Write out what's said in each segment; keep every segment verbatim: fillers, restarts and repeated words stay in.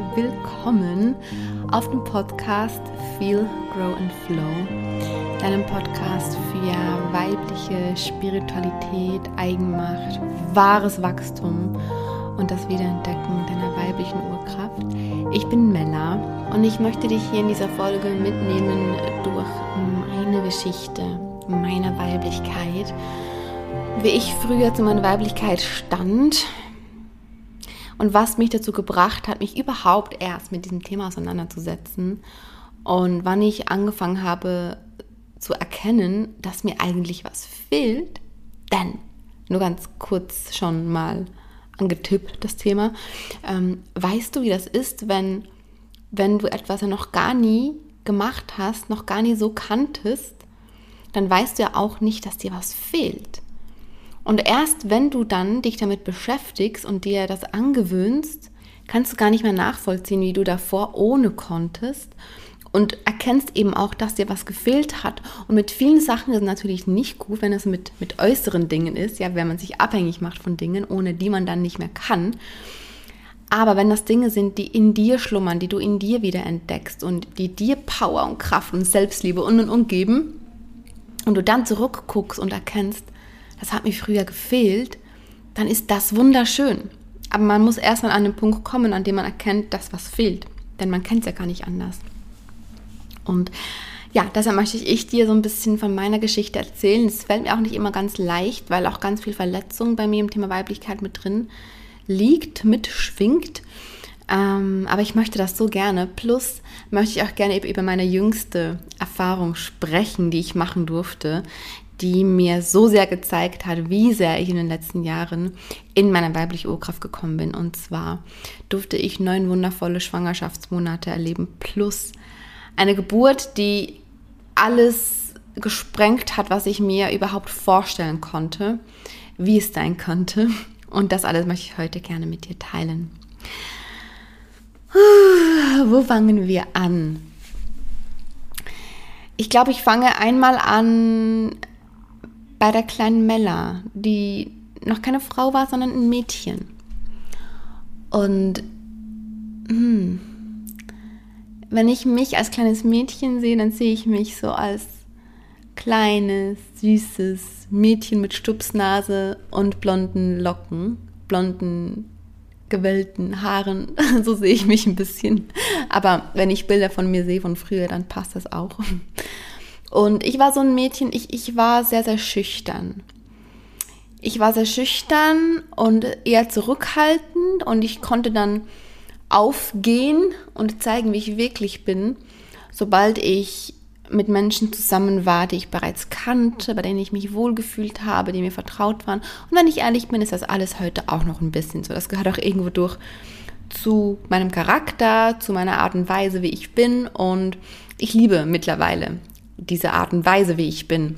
willkommen auf dem Podcast Feel, Grow and Flow, deinem Podcast für weibliche Spiritualität, Eigenmacht, wahres Wachstum und das Wiederentdecken deiner weiblichen Urkraft. Ich bin Mella und ich möchte dich hier in dieser Folge mitnehmen durch meine Geschichte, meine Weiblichkeit, wie ich früher zu meiner Weiblichkeit stand und was mich dazu gebracht hat, mich überhaupt erst mit diesem Thema auseinanderzusetzen und wann ich angefangen habe zu erkennen, dass mir eigentlich was fehlt. Denn, nur ganz kurz schon mal angetippt, das Thema, ähm, weißt du, wie das ist, wenn, wenn du etwas ja noch gar nie gemacht hast, noch gar nie so kanntest, dann weißt du ja auch nicht, dass dir was fehlt. Und erst wenn du dann dich damit beschäftigst und dir das angewöhnst, kannst du gar nicht mehr nachvollziehen, wie du davor ohne konntest und erkennst eben auch, dass dir was gefehlt hat. Und mit vielen Sachen ist es natürlich nicht gut, wenn es mit, mit äußeren Dingen ist, ja, wenn man sich abhängig macht von Dingen, ohne die man dann nicht mehr kann. Aber wenn das Dinge sind, die in dir schlummern, die du in dir wieder entdeckst und die dir Power und Kraft und Selbstliebe und und und geben und du dann zurückguckst und erkennst, das hat mir früher gefehlt, dann ist das wunderschön. Aber man muss erstmal an den Punkt kommen, an dem man erkennt, dass was fehlt. Denn man kennt es ja gar nicht anders. Und ja, deshalb möchte ich dir so ein bisschen von meiner Geschichte erzählen. Es fällt mir auch nicht immer ganz leicht, weil auch ganz viel Verletzung bei mir im Thema Weiblichkeit mit drin liegt, mitschwingt. Ähm, aber ich möchte das so gerne. Plus möchte ich auch gerne über meine jüngste Erfahrung sprechen, die ich machen durfte, die mir so sehr gezeigt hat, wie sehr ich in den letzten Jahren in meine weibliche Urkraft gekommen bin. Und zwar durfte ich neun wundervolle Schwangerschaftsmonate erleben, plus eine Geburt, die alles gesprengt hat, was ich mir überhaupt vorstellen konnte, wie es sein könnte. Und das alles möchte ich heute gerne mit dir teilen. Wo fangen wir an? Ich glaube, ich fange einmal an bei der kleinen Mella, die noch keine Frau war, sondern ein Mädchen. Und hm, wenn ich mich als kleines Mädchen sehe, dann sehe ich mich so als kleines, süßes Mädchen mit Stupsnase und blonden Locken, blonden, gewellten Haaren. So sehe ich mich ein bisschen. Aber wenn ich Bilder von mir sehe von früher, dann passt das auch. Und ich war so ein Mädchen, ich, ich war sehr, sehr schüchtern. Ich war sehr schüchtern und eher zurückhaltend und ich konnte dann aufgehen und zeigen, wie ich wirklich bin, sobald ich mit Menschen zusammen war, die ich bereits kannte, bei denen ich mich wohlgefühlt habe, die mir vertraut waren. Und wenn ich ehrlich bin, ist das alles heute auch noch ein bisschen so. Das gehört auch irgendwo durch zu meinem Charakter, zu meiner Art und Weise, wie ich bin. Und ich liebe mittlerweile diese Art und Weise, wie ich bin.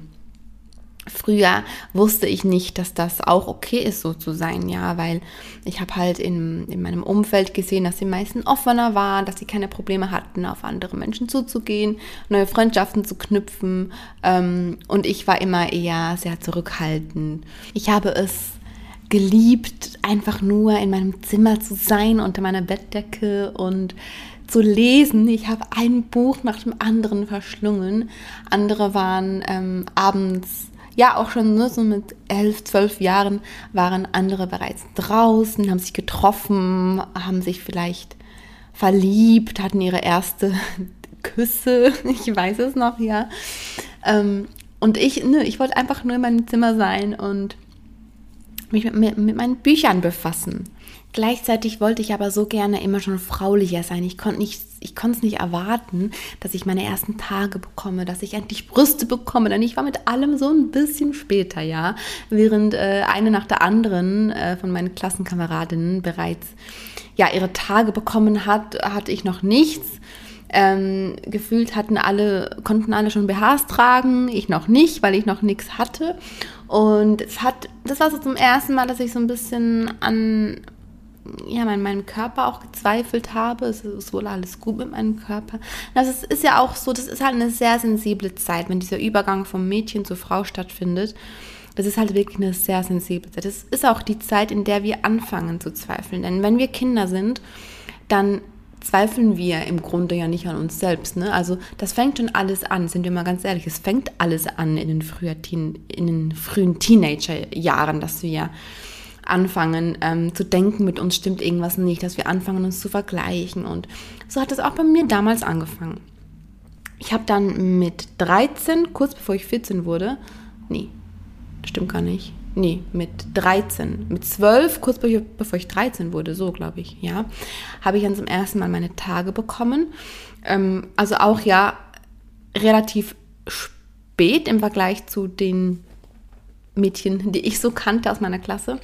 Früher wusste ich nicht, dass das auch okay ist, so zu sein, ja, weil ich habe halt in, in meinem Umfeld gesehen, dass die meisten offener waren, dass sie keine Probleme hatten, auf andere Menschen zuzugehen, neue Freundschaften zu knüpfen, ähm, und ich war immer eher sehr zurückhaltend. Ich habe es geliebt, einfach nur in meinem Zimmer zu sein, unter meiner Bettdecke und zu lesen. Ich habe ein Buch nach dem anderen verschlungen. Andere waren ähm, abends, ja auch schon ne, so mit elf, zwölf Jahren, waren andere bereits draußen, haben sich getroffen, haben sich vielleicht verliebt, hatten ihre erste Küsse, ich weiß es noch, ja. Ähm, und ich, ne, ich wollte einfach nur in meinem Zimmer sein und mich mit, mit, mit meinen Büchern befassen. Gleichzeitig wollte ich aber so gerne immer schon fraulicher sein. Ich konnte nicht, ich konnte es nicht erwarten, dass ich meine ersten Tage bekomme, dass ich endlich Brüste bekomme. Denn ich war mit allem so ein bisschen später, ja. Während äh, eine nach der anderen äh, von meinen Klassenkameradinnen bereits ja ihre Tage bekommen hat, hatte ich noch nichts. Ähm, gefühlt hatten alle, konnten alle schon B Hs tragen, ich noch nicht, weil ich noch nichts hatte. Und es hat, das war so zum ersten Mal, dass ich so ein bisschen an ja, mein, meinem Körper auch gezweifelt habe. Es ist wohl alles gut mit meinem Körper. Das ist, ist ja auch so, das ist halt eine sehr sensible Zeit, wenn dieser Übergang vom Mädchen zur Frau stattfindet. Das ist halt wirklich eine sehr sensible Zeit. Das ist auch die Zeit, in der wir anfangen zu zweifeln. Denn wenn wir Kinder sind, dann zweifeln wir im Grunde ja nicht an uns selbst. Ne? Also das fängt schon alles an, sind wir mal ganz ehrlich, es fängt alles an in den, früher Teen, in den frühen Teenagerjahren, dass wir anfangen ähm, zu denken, mit uns stimmt irgendwas nicht, dass wir anfangen, uns zu vergleichen. Und so hat es auch bei mir damals angefangen. Ich habe dann mit dreizehn, kurz bevor ich vierzehn wurde, nee, stimmt gar nicht, nee, mit dreizehn, mit zwölf, kurz bevor ich dreizehn wurde, so glaube ich, ja, habe ich dann zum ersten Mal meine Tage bekommen. Ähm, also auch ja relativ spät im Vergleich zu den Mädchen, die ich so kannte aus meiner Klasse.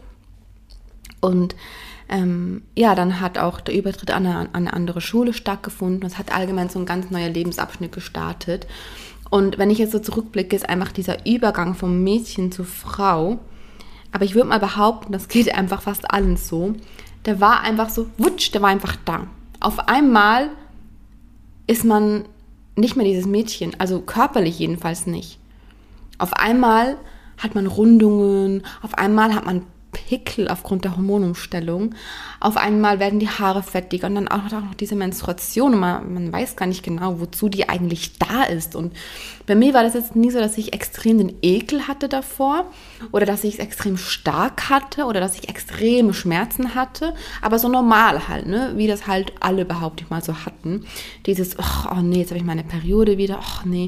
Und ähm, ja, dann hat auch der Übertritt an eine, an eine andere Schule stattgefunden. Es hat allgemein so ein ganz neuer Lebensabschnitt gestartet. Und wenn ich jetzt so zurückblicke, ist einfach dieser Übergang vom Mädchen zur Frau, aber ich würde mal behaupten, das geht einfach fast allen so, der war einfach so, wutsch, der war einfach da. Auf einmal ist man nicht mehr dieses Mädchen, also körperlich jedenfalls nicht. Auf einmal hat man Rundungen, auf einmal hat man Pickel aufgrund der Hormonumstellung. Auf einmal werden die Haare fettig und dann auch noch diese Menstruation und man, man weiß gar nicht genau, wozu die eigentlich da ist. Und bei mir war das jetzt nie so, dass ich extrem den Ekel hatte davor oder dass ich es extrem stark hatte oder dass ich extreme Schmerzen hatte, aber so normal halt, ne? Wie das halt alle, behaupte ich mal, so hatten. Dieses, oh, oh nee, jetzt habe ich meine Periode wieder, oh nee.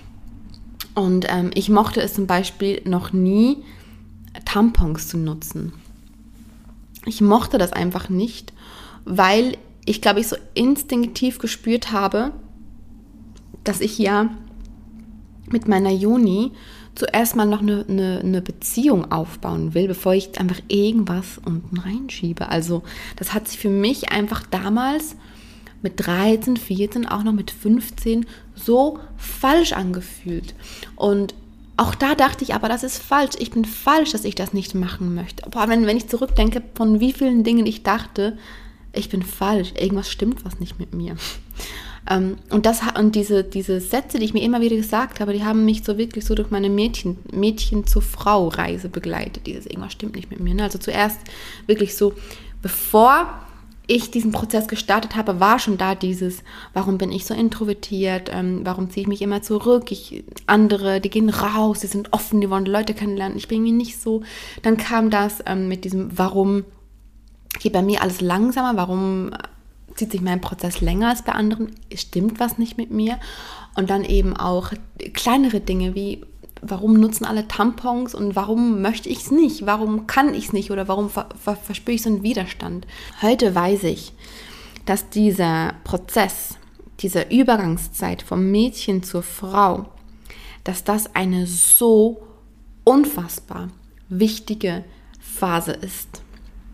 Und ähm, ich mochte es zum Beispiel noch nie, Tampons zu nutzen. Ich mochte das einfach nicht, weil ich, glaube ich, so instinktiv gespürt habe, dass ich ja mit meiner Juni zuerst mal noch eine, eine, eine Beziehung aufbauen will, bevor ich einfach irgendwas unten reinschiebe. Also das hat sich für mich einfach damals mit dreizehn, vierzehn, auch noch mit fünfzehn so falsch angefühlt. Und auch da dachte ich aber, das ist falsch. Ich bin falsch, dass ich das nicht machen möchte. Boah, wenn, wenn ich zurückdenke, von wie vielen Dingen ich dachte, ich bin falsch, irgendwas stimmt was nicht mit mir. Ähm, und das und diese, diese Sätze, die ich mir immer wieder gesagt habe, die haben mich so wirklich so durch meine Mädchen, Mädchen zur Frau-Reise begleitet. Dieses irgendwas stimmt nicht mit mir. Ne? Also zuerst wirklich so, bevor ich diesen Prozess gestartet habe, war schon da dieses, warum bin ich so introvertiert, ähm, warum ziehe ich mich immer zurück, ich, andere, die gehen raus, die sind offen, die wollen Leute kennenlernen, ich bin irgendwie nicht so. Dann kam das ähm, mit diesem, warum geht bei mir alles langsamer, warum zieht sich mein Prozess länger als bei anderen, stimmt was nicht mit mir. Und dann eben auch kleinere Dinge wie, warum nutzen alle Tampons und warum möchte ich es nicht? Warum kann ich es nicht? Oder warum ver- ver- verspüre ich so einen Widerstand? Heute weiß ich, dass dieser Prozess, diese Übergangszeit vom Mädchen zur Frau, dass das eine so unfassbar wichtige Phase ist.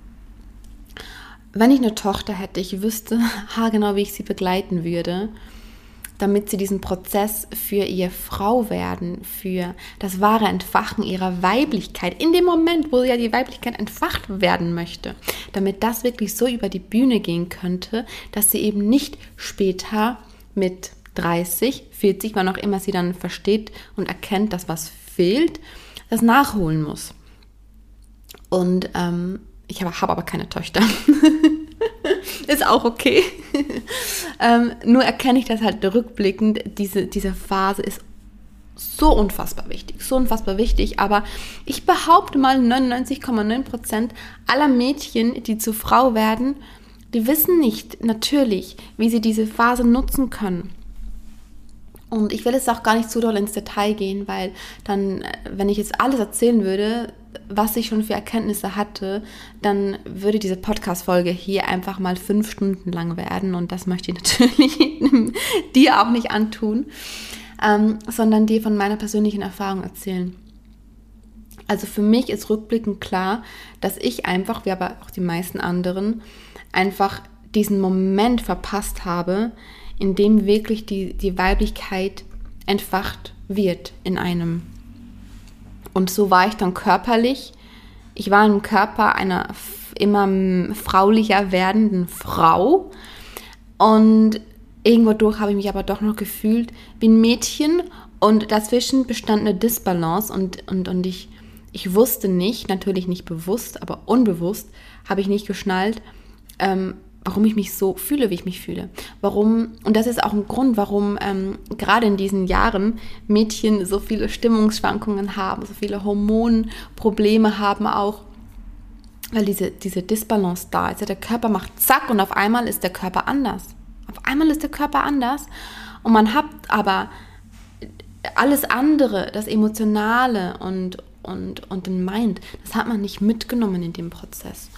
Wenn ich eine Tochter hätte, ich wüsste haargenau, wie ich sie begleiten würde, damit sie diesen Prozess für ihr Frauwerden, für das wahre Entfachen ihrer Weiblichkeit, in dem Moment, wo ja die Weiblichkeit entfacht werden möchte, damit das wirklich so über die Bühne gehen könnte, dass sie eben nicht später mit dreißig, vierzig, wann auch immer sie dann versteht und erkennt, dass was fehlt, das nachholen muss. Und ähm, ich habe hab aber keine Töchter. Ist auch okay. ähm, nur erkenne ich das halt rückblickend, diese, diese Phase ist so unfassbar wichtig, so unfassbar wichtig, aber ich behaupte mal, neunundneunzig Komma neun Prozent aller Mädchen, die zur Frau werden, die wissen nicht natürlich, wie sie diese Phase nutzen können. Und ich will jetzt auch gar nicht zu doll ins Detail gehen, weil dann, wenn ich jetzt alles erzählen würde, was ich schon für Erkenntnisse hatte, dann würde diese Podcast-Folge hier einfach mal fünf Stunden lang werden und das möchte ich natürlich dir auch nicht antun, ähm, sondern dir von meiner persönlichen Erfahrung erzählen. Also für mich ist rückblickend klar, dass ich einfach, wie aber auch die meisten anderen, einfach diesen Moment verpasst habe, in dem wirklich die, die Weiblichkeit entfacht wird in einem. Und so war ich dann körperlich. Ich war im Körper einer immer fraulicher werdenden Frau. Und irgendwo durch habe ich mich aber doch noch gefühlt wie ein Mädchen. Und dazwischen bestand eine Disbalance. Und, und, und ich, ich wusste nicht, natürlich nicht bewusst, aber unbewusst, habe ich nicht geschnallt, ähm, warum ich mich so fühle, wie ich mich fühle. Warum, und das ist auch ein Grund, warum ähm, gerade in diesen Jahren Mädchen so viele Stimmungsschwankungen haben, so viele Hormonprobleme haben auch, weil diese, diese Disbalance da ist. Der Körper macht zack und auf einmal ist der Körper anders. Auf einmal ist der Körper anders und man hat aber alles andere, das Emotionale und, und, und den Mind, das hat man nicht mitgenommen in dem Prozess.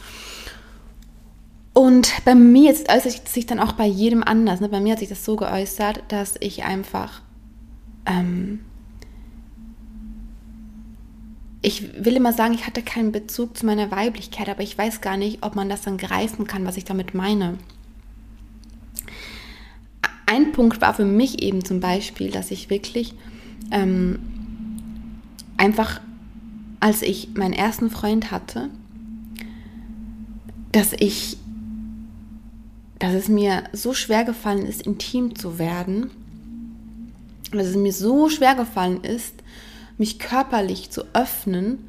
Und bei mir, jetzt äußert sich dann auch bei jedem anders, ne? Bei mir hat sich das so geäußert, dass ich einfach, ähm, ich will immer sagen, ich hatte keinen Bezug zu meiner Weiblichkeit, aber ich weiß gar nicht, ob man das dann greifen kann, was ich damit meine. Ein Punkt war für mich eben zum Beispiel, dass ich wirklich ähm, einfach, als ich meinen ersten Freund hatte, dass ich dass es mir so schwer gefallen ist, intim zu werden, dass es mir so schwer gefallen ist, mich körperlich zu öffnen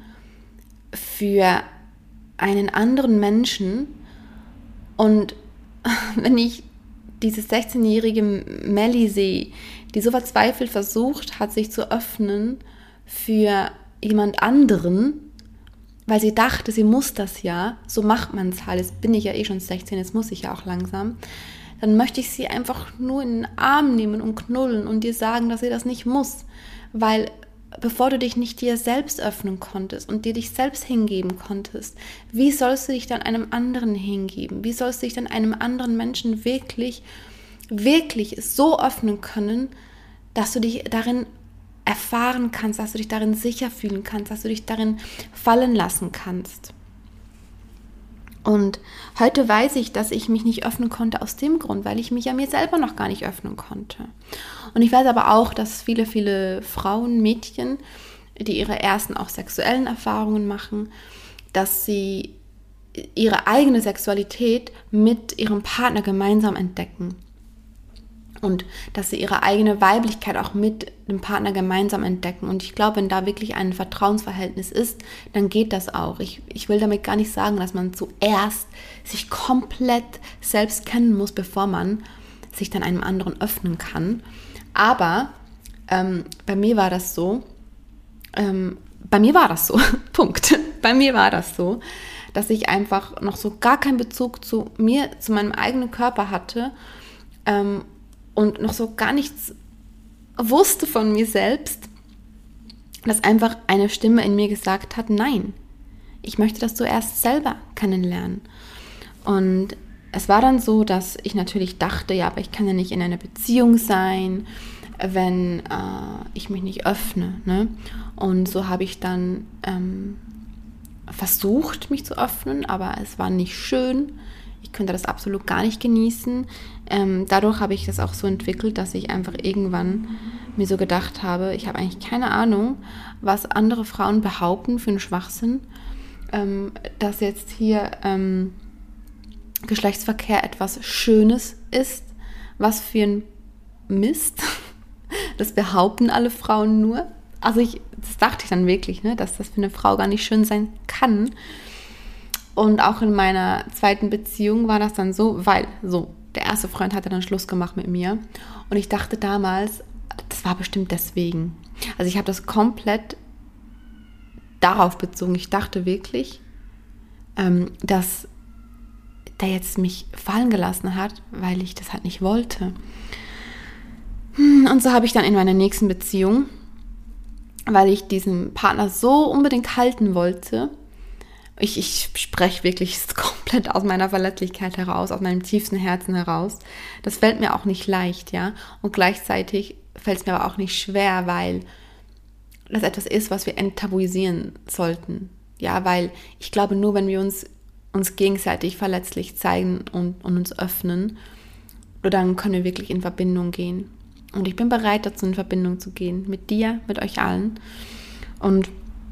für einen anderen Menschen. Und wenn ich diese sechzehnjährige Melli sehe, die so verzweifelt versucht hat, sich zu öffnen für jemand anderen, weil sie dachte, sie muss das ja, so macht man es halt, jetzt bin ich ja eh schon sechzehn, jetzt muss ich ja auch langsam, dann möchte ich sie einfach nur in den Arm nehmen und knuddeln und dir sagen, dass sie das nicht muss, weil bevor du dich nicht dir selbst öffnen konntest und dir dich selbst hingeben konntest, wie sollst du dich dann einem anderen hingeben? Wie sollst du dich dann einem anderen Menschen wirklich, wirklich so öffnen können, dass du dich darin erfahren kannst, dass du dich darin sicher fühlen kannst, dass du dich darin fallen lassen kannst. Und heute weiß ich, dass ich mich nicht öffnen konnte aus dem Grund, weil ich mich ja mir selber noch gar nicht öffnen konnte. Und ich weiß aber auch, dass viele, viele Frauen, Mädchen, die ihre ersten auch sexuellen Erfahrungen machen, dass sie ihre eigene Sexualität mit ihrem Partner gemeinsam entdecken. Und dass sie ihre eigene Weiblichkeit auch mit dem Partner gemeinsam entdecken. Und ich glaube, wenn da wirklich ein Vertrauensverhältnis ist, dann geht das auch. Ich, ich will damit gar nicht sagen, dass man zuerst sich komplett selbst kennen muss, bevor man sich dann einem anderen öffnen kann. Aber ähm, bei mir war das so, ähm, bei mir war das so, Punkt. Bei mir war das so, dass ich einfach noch so gar keinen Bezug zu mir, zu meinem eigenen Körper hatte, ähm, und noch so gar nichts wusste von mir selbst, dass einfach eine Stimme in mir gesagt hat, nein, ich möchte das zuerst selber kennenlernen. Und es war dann so, dass ich natürlich dachte, ja, aber ich kann ja nicht in einer Beziehung sein, wenn äh, ich mich nicht öffne. Ne? Und so habe ich dann ähm, versucht, mich zu öffnen, aber es war nicht schön. Ich könnte das absolut gar nicht genießen. Ähm, dadurch habe ich das auch so entwickelt, dass ich einfach irgendwann mir so gedacht habe, ich habe eigentlich keine Ahnung, was andere Frauen behaupten für einen Schwachsinn, ähm, dass jetzt hier ähm, Geschlechtsverkehr etwas Schönes ist, was für ein Mist. Das behaupten alle Frauen nur. Also ich, das dachte ich dann wirklich, ne, dass das für eine Frau gar nicht schön sein kann. Und auch in meiner zweiten Beziehung war das dann so, weil so, der erste Freund hatte dann Schluss gemacht mit mir. Und ich dachte damals, das war bestimmt deswegen. Also ich habe das komplett darauf bezogen. Ich dachte wirklich, ähm, dass der jetzt mich fallen gelassen hat, weil ich das halt nicht wollte. Und so habe ich dann in meiner nächsten Beziehung, weil ich diesen Partner so unbedingt halten wollte, Ich, ich spreche wirklich komplett aus meiner Verletzlichkeit heraus, aus meinem tiefsten Herzen heraus. Das fällt mir auch nicht leicht, ja. Und gleichzeitig fällt es mir aber auch nicht schwer, weil das etwas ist, was wir enttabuisieren sollten. Ja, weil ich glaube, nur wenn wir uns, uns gegenseitig verletzlich zeigen und, und uns öffnen, dann können wir wirklich in Verbindung gehen. Und ich bin bereit dazu, in Verbindung zu gehen. Mit dir, mit euch allen. Und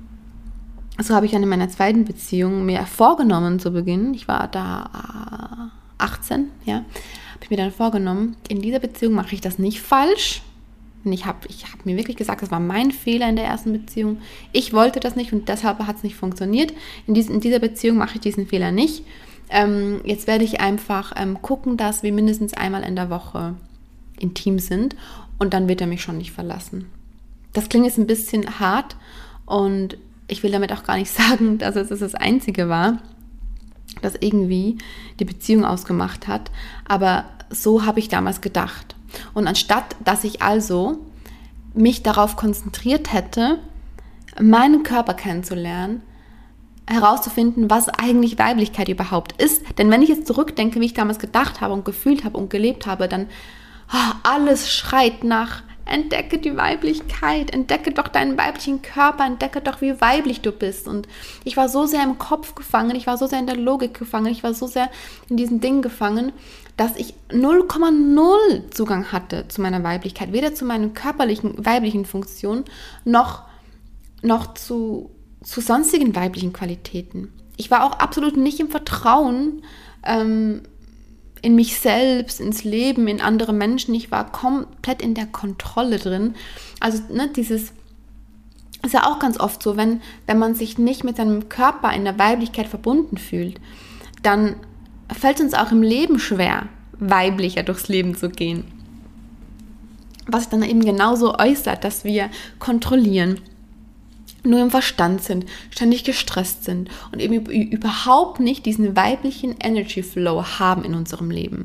so habe ich dann in meiner zweiten Beziehung mir vorgenommen zu Beginn, ich war da achtzehn, ja, habe ich mir dann vorgenommen, in dieser Beziehung mache ich das nicht falsch. Und ich habe ich hab mir wirklich gesagt, das war mein Fehler in der ersten Beziehung. Ich wollte das nicht und deshalb hat es nicht funktioniert. In, dies, in dieser Beziehung mache ich diesen Fehler nicht. ähm, jetzt werde ich einfach ähm, gucken, dass wir mindestens einmal in der Woche intim sind und dann wird er mich schon nicht verlassen. Das klingt jetzt ein bisschen hart und ich will damit auch gar nicht sagen, dass es das Einzige war, das irgendwie die Beziehung ausgemacht hat, aber so habe ich damals gedacht. Und anstatt, dass ich also mich darauf konzentriert hätte, meinen Körper kennenzulernen, herauszufinden, was eigentlich Weiblichkeit überhaupt ist. Denn wenn ich jetzt zurückdenke, wie ich damals gedacht habe und gefühlt habe und gelebt habe, dann oh, alles schreit nach: Entdecke die Weiblichkeit, entdecke doch deinen weiblichen Körper, entdecke doch, wie weiblich du bist. Und ich war so sehr im Kopf gefangen, ich war so sehr in der Logik gefangen, ich war so sehr in diesen Dingen gefangen, dass ich null Komma null Zugang hatte zu meiner Weiblichkeit, weder zu meinen körperlichen, weiblichen Funktionen, noch, noch zu, zu sonstigen weiblichen Qualitäten. Ich war auch absolut nicht im Vertrauen, ähm, in mich selbst, ins Leben, in andere Menschen. Ich war komplett in der Kontrolle drin. Also ne, dieses ist ja auch ganz oft so, wenn, wenn man sich nicht mit seinem Körper in der Weiblichkeit verbunden fühlt, dann fällt es uns auch im Leben schwer, weiblicher durchs Leben zu gehen. Was sich dann eben genauso äußert, dass wir kontrollieren, nur im Verstand sind, ständig gestresst sind und eben überhaupt nicht diesen weiblichen Energy Flow haben in unserem Leben.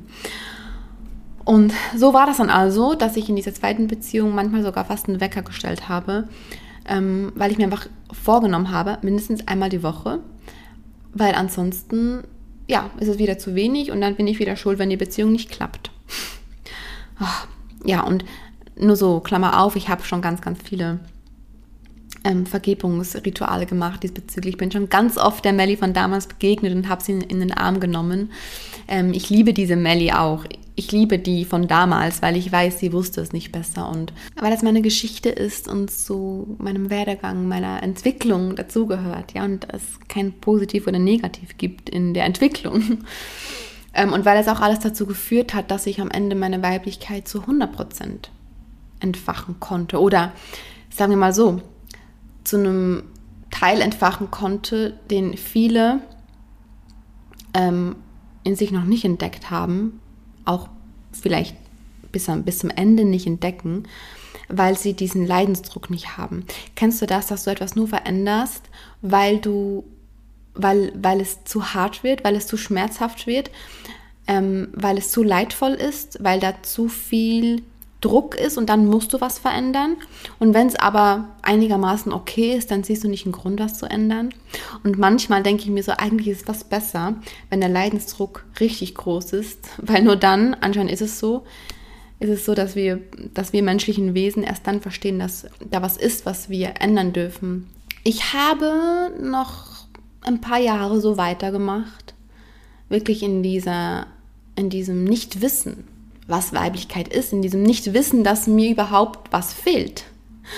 Und so war das dann also, dass ich in dieser zweiten Beziehung manchmal sogar fast einen Wecker gestellt habe, ähm, weil ich mir einfach vorgenommen habe, mindestens einmal die Woche, weil ansonsten, ja, ist es wieder zu wenig und dann bin ich wieder schuld, wenn die Beziehung nicht klappt. Ach, ja, und nur so, Klammer auf, ich habe schon ganz, ganz viele Ähm, Vergebungsrituale gemacht diesbezüglich. Ich bin schon ganz oft der Melli von damals begegnet und habe sie in, in den Arm genommen. Ähm, ich liebe diese Melli auch. Ich liebe die von damals, weil ich weiß, sie wusste es nicht besser. Und weil das meine Geschichte ist und zu meinem Werdegang, meiner Entwicklung dazugehört. Ja, und es kein Positiv oder Negativ gibt in der Entwicklung. Ähm, und weil es auch alles dazu geführt hat, dass ich am Ende meine Weiblichkeit zu hundert Prozent entfachen konnte. Oder sagen wir mal so, zu einem Teil entfachen konnte, den viele ähm, in sich noch nicht entdeckt haben, auch vielleicht bis, am, bis zum Ende nicht entdecken, weil sie diesen Leidensdruck nicht haben. Kennst du das, dass du etwas nur veränderst, weil du, weil, weil es zu hart wird, weil es zu schmerzhaft wird, ähm, weil es zu leidvoll ist, weil da zu viel Druck ist und dann musst du was verändern. Und wenn es aber einigermaßen okay ist, dann siehst du nicht einen Grund, was zu ändern. Und manchmal denke ich mir so, eigentlich ist es was besser, wenn der Leidensdruck richtig groß ist, weil nur dann, anscheinend ist es so, ist es so, dass wir, dass wir menschlichen Wesen erst dann verstehen, dass da was ist, was wir ändern dürfen. Ich habe noch ein paar Jahre so weitergemacht, wirklich in dieser, in diesem Nichtwissen, was Weiblichkeit ist, in diesem Nichtwissen, dass mir überhaupt was fehlt.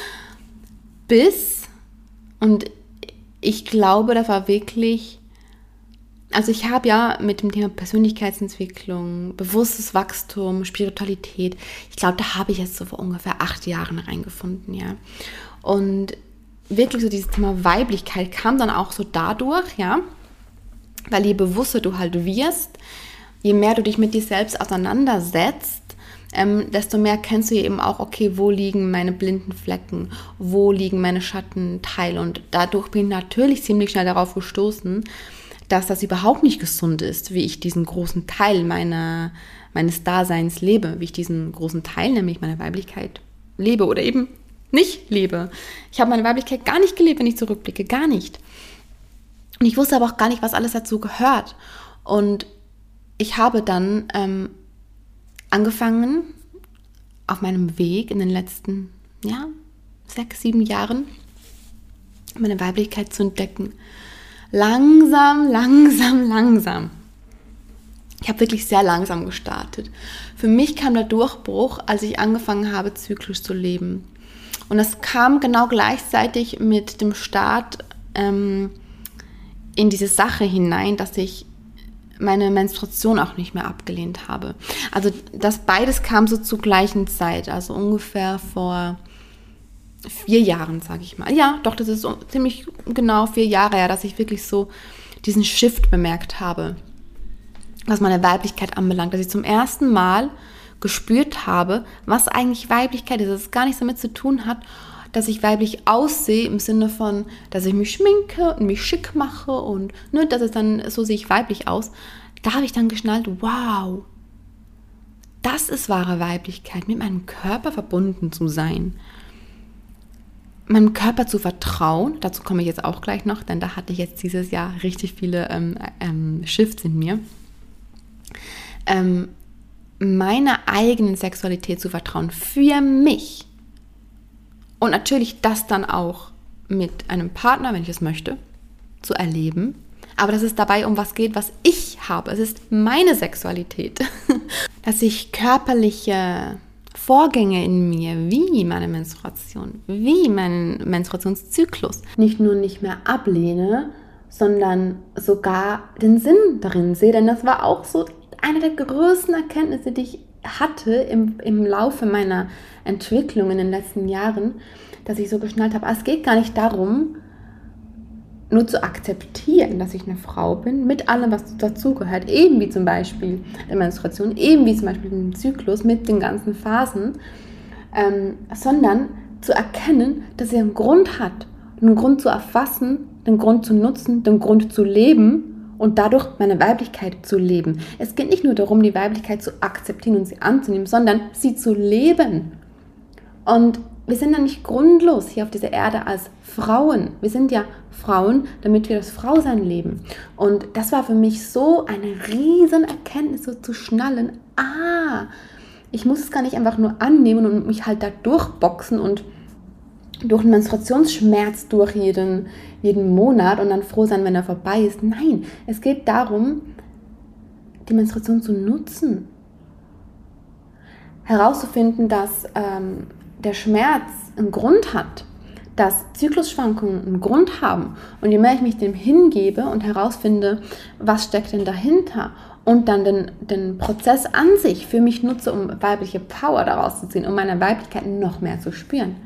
Bis, und ich glaube, das war wirklich, also ich habe ja mit dem Thema Persönlichkeitsentwicklung, bewusstes Wachstum, Spiritualität, ich glaube, da habe ich jetzt so vor ungefähr acht Jahren reingefunden, ja. Und wirklich so dieses Thema Weiblichkeit kam dann auch so dadurch, ja, weil je bewusster du halt wirst, je mehr du dich mit dir selbst auseinandersetzt, ähm, desto mehr kennst du eben auch, okay, wo liegen meine blinden Flecken, wo liegen meine Schattenteile. Und dadurch bin ich natürlich ziemlich schnell darauf gestoßen, dass das überhaupt nicht gesund ist, wie ich diesen großen Teil meiner, meines Daseins lebe, wie ich diesen großen Teil, nämlich meine Weiblichkeit, lebe oder eben nicht lebe. Ich habe meine Weiblichkeit gar nicht gelebt, wenn ich zurückblicke, gar nicht. Und ich wusste aber auch gar nicht, was alles dazu gehört. Und ich habe dann ähm, angefangen, auf meinem Weg in den letzten, ja, sechs, sieben Jahren meine Weiblichkeit zu entdecken. Langsam, langsam, langsam. Ich habe wirklich sehr langsam gestartet. Für mich kam der Durchbruch, als ich angefangen habe, zyklisch zu leben. Und das kam genau gleichzeitig mit dem Start ähm, in diese Sache hinein, dass ich meine Menstruation auch nicht mehr abgelehnt habe. Also das beides kam so zur gleichen Zeit, also ungefähr vor vier Jahren, sage ich mal. Ja, doch, das ist so ziemlich genau vier Jahre her, dass ich wirklich so diesen Shift bemerkt habe. was meine Weiblichkeit anbelangt, dass ich zum ersten Mal gespürt habe, was eigentlich Weiblichkeit ist, dass es gar nichts damit zu tun hat, dass ich weiblich aussehe im Sinne von, dass ich mich schminke und mich schick mache und ne, dass es dann, so sehe ich weiblich aus. Da habe ich dann geschnallt, wow, das ist wahre Weiblichkeit, mit meinem Körper verbunden zu sein. Meinem Körper zu vertrauen, dazu komme ich jetzt auch gleich noch, denn da hatte ich jetzt dieses Jahr richtig viele ähm, ähm, Shifts in mir. Ähm, meiner eigenen Sexualität zu vertrauen, für mich. Und natürlich das dann auch mit einem Partner, wenn ich es möchte, zu erleben. Aber dass es dabei um was geht, was ich habe. Es ist meine Sexualität. Dass ich körperliche Vorgänge in mir, wie meine Menstruation, wie meinen Menstruationszyklus, nicht nur nicht mehr ablehne, sondern sogar den Sinn darin sehe. Denn das war auch so eine der größten Erkenntnisse, die ich hatte im, im Laufe meiner Entwicklung in den letzten Jahren, dass ich so geschnallt habe, es geht gar nicht darum, nur zu akzeptieren, dass ich eine Frau bin, mit allem, was dazugehört, eben wie zum Beispiel der Menstruation, eben wie zum Beispiel dem Zyklus mit den ganzen Phasen, ähm, sondern zu erkennen, dass sie einen Grund hat, einen Grund zu erfassen, den Grund zu nutzen, den Grund zu leben und dadurch meine Weiblichkeit zu leben. Es geht nicht nur darum, die Weiblichkeit zu akzeptieren und sie anzunehmen, sondern sie zu leben. Und wir sind ja nicht grundlos hier auf dieser Erde als Frauen. Wir sind ja Frauen, damit wir das Frausein leben. Und das war für mich so eine riesen Erkenntnis, so zu schnallen. Ah, ich muss es gar nicht einfach nur annehmen und mich halt da durchboxen und durch einen Menstruationsschmerz durch jeden, jeden Monat und dann froh sein, wenn er vorbei ist. Nein, es geht darum, die Menstruation zu nutzen. Herauszufinden, dass ähm, der Schmerz einen Grund hat, dass Zyklusschwankungen einen Grund haben. Und je mehr ich mich dem hingebe und herausfinde, was steckt denn dahinter und dann den, den Prozess an sich für mich nutze, um weibliche Power daraus zu ziehen, um meine Weiblichkeit noch mehr zu spüren.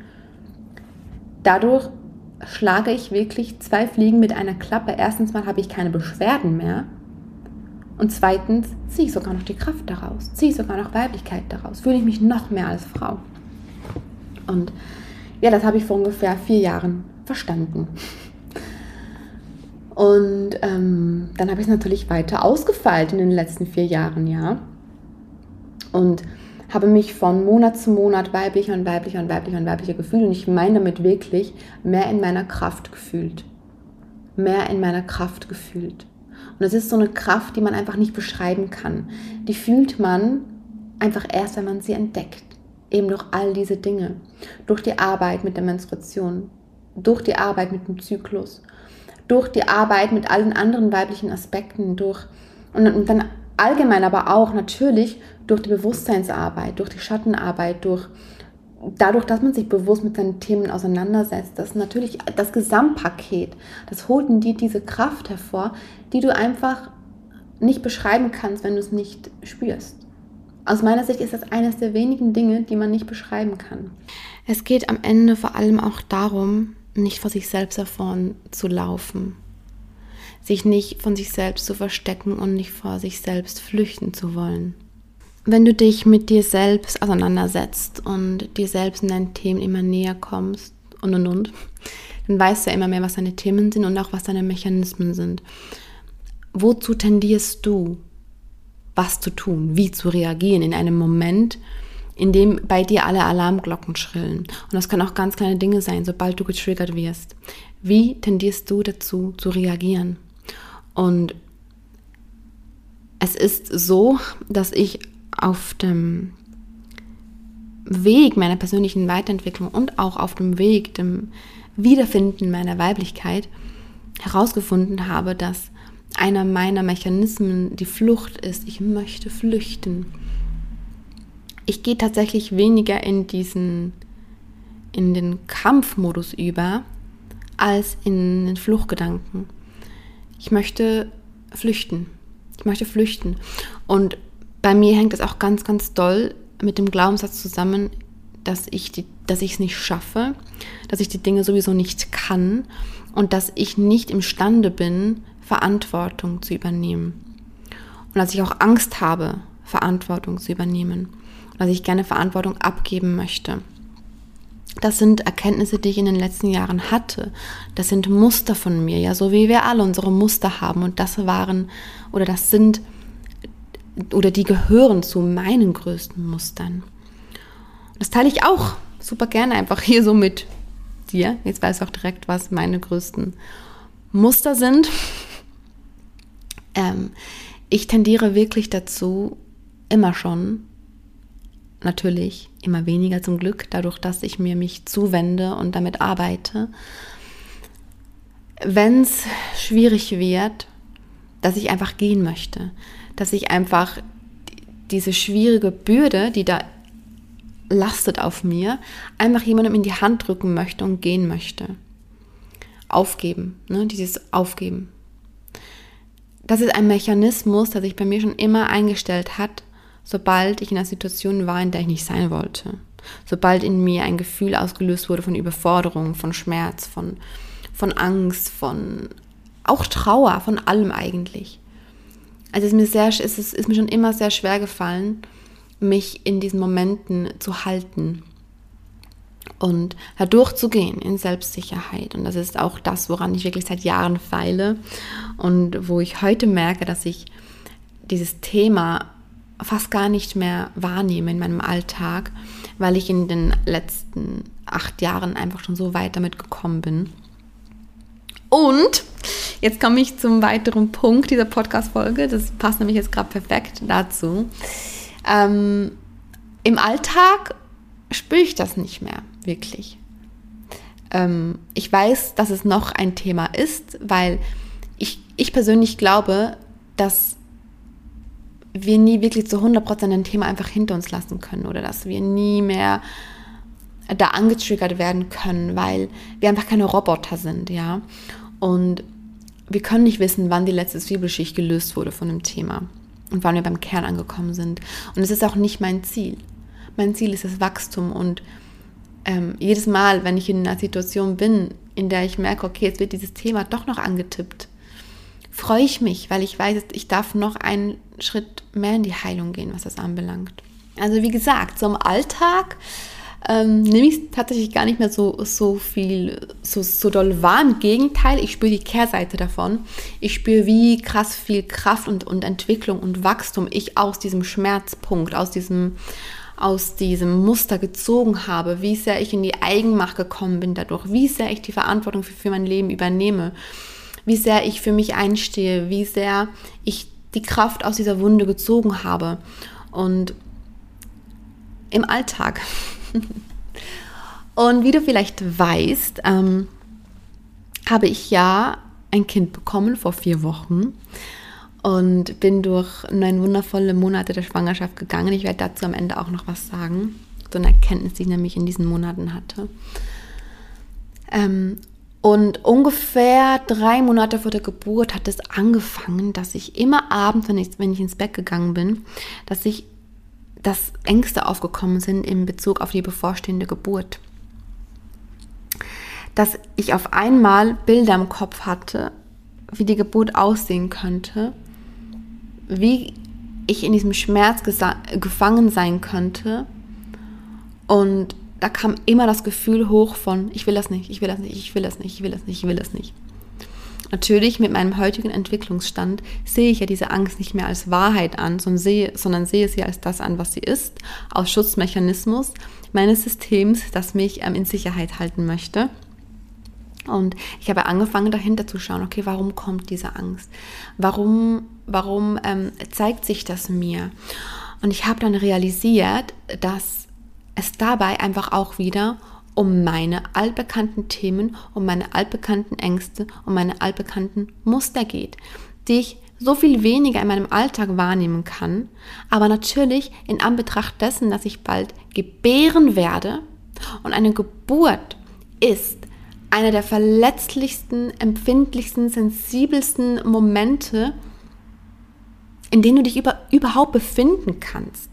Dadurch schlage ich wirklich zwei Fliegen mit einer Klappe. Erstens mal habe ich keine Beschwerden mehr und zweitens ziehe ich sogar noch die Kraft daraus, ziehe ich sogar noch Weiblichkeit daraus, fühle ich mich noch mehr als Frau. Und ja, das habe ich vor ungefähr vier Jahren verstanden. Und ähm, dann habe ich es natürlich weiter ausgefeilt in den letzten vier Jahren, ja. Und habe mich von Monat zu Monat weiblicher und weiblicher und weiblicher und weiblicher gefühlt. Und ich meine damit wirklich mehr in meiner Kraft gefühlt. Mehr in meiner Kraft gefühlt. Und es ist so eine Kraft, die man einfach nicht beschreiben kann. Die fühlt man einfach erst, wenn man sie entdeckt. Eben durch all diese Dinge. Durch die Arbeit mit der Menstruation. Durch die Arbeit mit dem Zyklus. Durch die Arbeit mit allen anderen weiblichen Aspekten. Durch, und, und dann allgemein aber auch natürlich durch die Bewusstseinsarbeit, durch die Schattenarbeit, durch dadurch, dass man sich bewusst mit seinen Themen auseinandersetzt. Das ist natürlich das Gesamtpaket. Das holt in dir diese Kraft hervor, die du einfach nicht beschreiben kannst, wenn du es nicht spürst. Aus meiner Sicht ist das eines der wenigen Dinge, die man nicht beschreiben kann. Es geht am Ende vor allem auch darum, nicht vor sich selbst davon zu laufen. Sich nicht von sich selbst zu verstecken und nicht vor sich selbst flüchten zu wollen. Wenn du dich mit dir selbst auseinandersetzt und dir selbst in deinen Themen immer näher kommst und und und, dann weißt du ja immer mehr, was deine Themen sind und auch was deine Mechanismen sind. Wozu tendierst du? Was zu tun, wie zu reagieren in einem Moment, in dem bei dir alle Alarmglocken schrillen. Und das können auch ganz kleine Dinge sein, sobald du getriggert wirst. Wie tendierst du dazu zu reagieren? Und es ist so, dass ich auf dem Weg meiner persönlichen Weiterentwicklung und auch auf dem Weg dem Wiederfinden meiner Weiblichkeit herausgefunden habe, dass einer meiner Mechanismen die Flucht ist. Ich möchte flüchten. Ich gehe tatsächlich weniger in diesen, in den Kampfmodus über, als in den Fluchtgedanken. Ich möchte flüchten. Ich möchte flüchten. Und bei mir hängt es auch ganz, ganz doll mit dem Glaubenssatz zusammen, dass ich die, dass ich es nicht schaffe, dass ich die Dinge sowieso nicht kann und dass ich nicht imstande bin, Verantwortung zu übernehmen. und dass ich auch Angst habe, Verantwortung zu übernehmen und dass ich gerne Verantwortung abgeben möchte. Das sind Erkenntnisse, die ich in den letzten Jahren hatte. Das sind Muster von mir, ja, so wie wir alle unsere Muster haben. Und das waren oder das sind oder die gehören zu meinen größten Mustern. Das teile ich auch super gerne einfach hier so mit dir. Jetzt weißt du auch direkt, was meine größten Muster sind. ähm, ich tendiere wirklich dazu, immer schon, natürlich immer weniger zum Glück, dadurch, dass ich mir mich zuwende und damit arbeite, wenn es schwierig wird, dass ich einfach gehen möchte, dass ich einfach diese schwierige Bürde, die da lastet auf mir, einfach jemandem in die Hand drücken möchte und gehen möchte. Aufgeben, ne? Dieses Aufgeben. Das ist ein Mechanismus, der sich bei mir schon immer eingestellt hat, sobald ich in einer Situation war, in der ich nicht sein wollte. Sobald in mir ein Gefühl ausgelöst wurde von Überforderung, von Schmerz, von, von Angst, von auch Trauer, von allem eigentlich. Also es ist mir, sehr, es ist, ist mir schon immer sehr schwer gefallen, mich in diesen Momenten zu halten und da durchzugehen in Selbstsicherheit. Und das ist auch das, woran ich wirklich seit Jahren feile und wo ich heute merke, dass ich dieses Thema fast gar nicht mehr wahrnehme in meinem Alltag, weil ich in den letzten acht Jahren einfach schon so weit damit gekommen bin. Und jetzt komme ich zum weiteren Punkt dieser Podcast-Folge. Das passt nämlich jetzt gerade perfekt dazu. Ähm, im Alltag spüre ich das nicht mehr wirklich. Ähm, ich weiß, dass es noch ein Thema ist, weil ich, ich persönlich glaube, dass wir nie wirklich zu hundert Prozent ein Thema einfach hinter uns lassen können oder dass wir nie mehr da angetriggert werden können, weil wir einfach keine Roboter sind, ja. Und wir können nicht wissen, wann die letzte Zwiebelschicht gelöst wurde von dem Thema und wann wir beim Kern angekommen sind. Und es ist auch nicht mein Ziel. Mein Ziel ist das Wachstum und ähm, jedes Mal, wenn ich in einer Situation bin, in der ich merke, okay, jetzt wird dieses Thema doch noch angetippt, freue ich mich, weil ich weiß, ich darf noch einen Schritt mehr in die Heilung gehen, was das anbelangt. Also wie gesagt, so im Alltag ähm, nehme ich es tatsächlich gar nicht mehr so, so viel, so, so doll wahr. Im Gegenteil, ich spüre die Kehrseite davon. Ich spüre, wie krass viel Kraft und, und Entwicklung und Wachstum ich aus diesem Schmerzpunkt, aus diesem, aus diesem Muster gezogen habe, wie sehr ich in die Eigenmacht gekommen bin dadurch, wie sehr ich die Verantwortung für, für mein Leben übernehme, wie sehr ich für mich einstehe, wie sehr ich die Kraft aus dieser Wunde gezogen habe. Und im Alltag. Und wie du vielleicht weißt, ähm, habe ich ja ein Kind bekommen vor vier Wochen und bin durch neun wundervolle Monate der Schwangerschaft gegangen. Ich werde dazu am Ende auch noch was sagen. So eine Erkenntnis, die ich nämlich in diesen Monaten hatte. Ähm, Und ungefähr drei Monate vor der Geburt hat es angefangen, dass ich immer abends, wenn ich, wenn ich ins Bett gegangen bin, dass ich, dass Ängste aufgekommen sind in Bezug auf die bevorstehende Geburt. Dass ich auf einmal Bilder im Kopf hatte, wie die Geburt aussehen könnte, wie ich in diesem Schmerz gesa- gefangen sein könnte und da kam immer das Gefühl hoch von, ich will das nicht, ich will das nicht, ich will das nicht, ich will das nicht, ich will das nicht. Natürlich mit meinem heutigen Entwicklungsstand sehe ich ja diese Angst nicht mehr als Wahrheit an, sondern sehe, sondern sehe sie als das an, was sie ist, aus Schutzmechanismus meines Systems, das mich ähm, in Sicherheit halten möchte. Und ich habe angefangen, dahinter zu schauen, okay, warum kommt diese Angst? Warum, warum ähm, zeigt sich das mir? Und ich habe dann realisiert, dass es dabei einfach auch wieder um meine altbekannten Themen, um meine altbekannten Ängste, um meine altbekannten Muster geht, die ich so viel weniger in meinem Alltag wahrnehmen kann, aber natürlich in Anbetracht dessen, dass ich bald gebären werde und eine Geburt ist einer der verletzlichsten, empfindlichsten, sensibelsten Momente, in denen du dich über, überhaupt befinden kannst.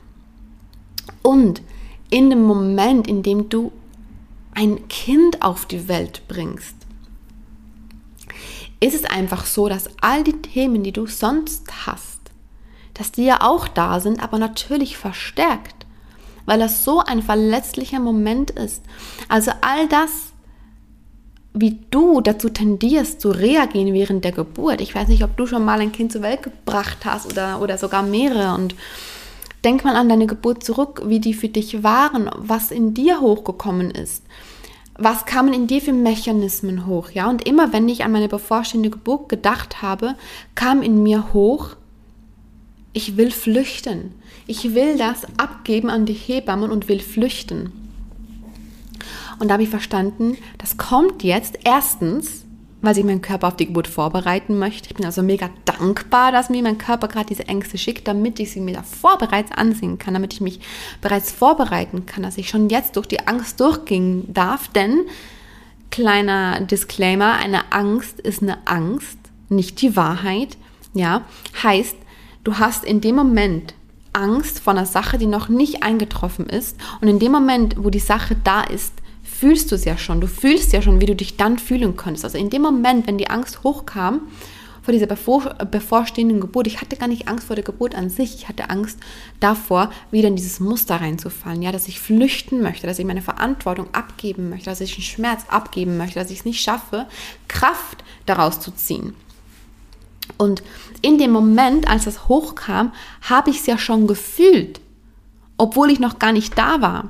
Und in dem Moment, in dem du ein Kind auf die Welt bringst, ist es einfach so, dass all die Themen, die du sonst hast, dass die ja auch da sind, aber natürlich verstärkt, weil das so ein verletzlicher Moment ist. Also all das, wie du dazu tendierst zu reagieren während der Geburt. Ich weiß nicht, ob du schon mal ein Kind zur Welt gebracht hast oder, oder sogar mehrere, und denk mal an deine Geburt zurück, wie die für dich waren, was in dir hochgekommen ist. Was kamen in dir für Mechanismen hoch, ja? Und immer, wenn ich an meine bevorstehende Geburt gedacht habe, kam in mir hoch, ich will flüchten. Ich will das abgeben an die Hebammen und will flüchten. Und da habe ich verstanden, das kommt jetzt erstens, weil sich mein Körper auf die Geburt vorbereiten möchte. Ich bin also mega dankbar, dass mir mein Körper gerade diese Ängste schickt, damit ich sie mir davor bereits ansehen kann, damit ich mich bereits vorbereiten kann, dass ich schon jetzt durch die Angst durchgehen darf. Denn, kleiner Disclaimer, eine Angst ist eine Angst, nicht die Wahrheit. Ja, heißt, du hast in dem Moment Angst vor einer Sache, die noch nicht eingetroffen ist. Und in dem Moment, wo die Sache da ist, fühlst du es ja schon. Du fühlst ja schon, wie du dich dann fühlen könntest. Also in dem Moment, wenn die Angst hochkam vor dieser bevor, bevorstehenden Geburt, ich hatte gar nicht Angst vor der Geburt an sich, ich hatte Angst davor, wieder in dieses Muster reinzufallen, ja, dass ich flüchten möchte, dass ich meine Verantwortung abgeben möchte, dass ich den Schmerz abgeben möchte, dass ich es nicht schaffe, Kraft daraus zu ziehen. Und in dem Moment, als das hochkam, habe ich es ja schon gefühlt, obwohl ich noch gar nicht da war.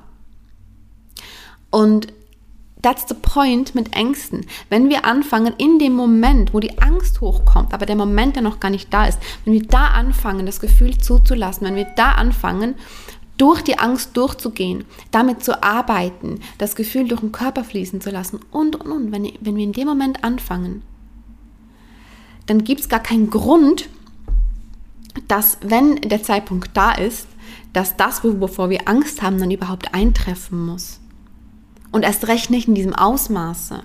Und that's the point mit Ängsten. Wenn wir anfangen, in dem Moment, wo die Angst hochkommt, aber der Moment, der noch gar nicht da ist, wenn wir da anfangen, das Gefühl zuzulassen, wenn wir da anfangen, durch die Angst durchzugehen, damit zu arbeiten, das Gefühl durch den Körper fließen zu lassen und, und, und, wenn, wenn wir in dem Moment anfangen, dann gibt es gar keinen Grund, dass, wenn der Zeitpunkt da ist, dass das, wovor wir Angst haben, dann überhaupt eintreffen muss. Und erst recht nicht in diesem Ausmaße.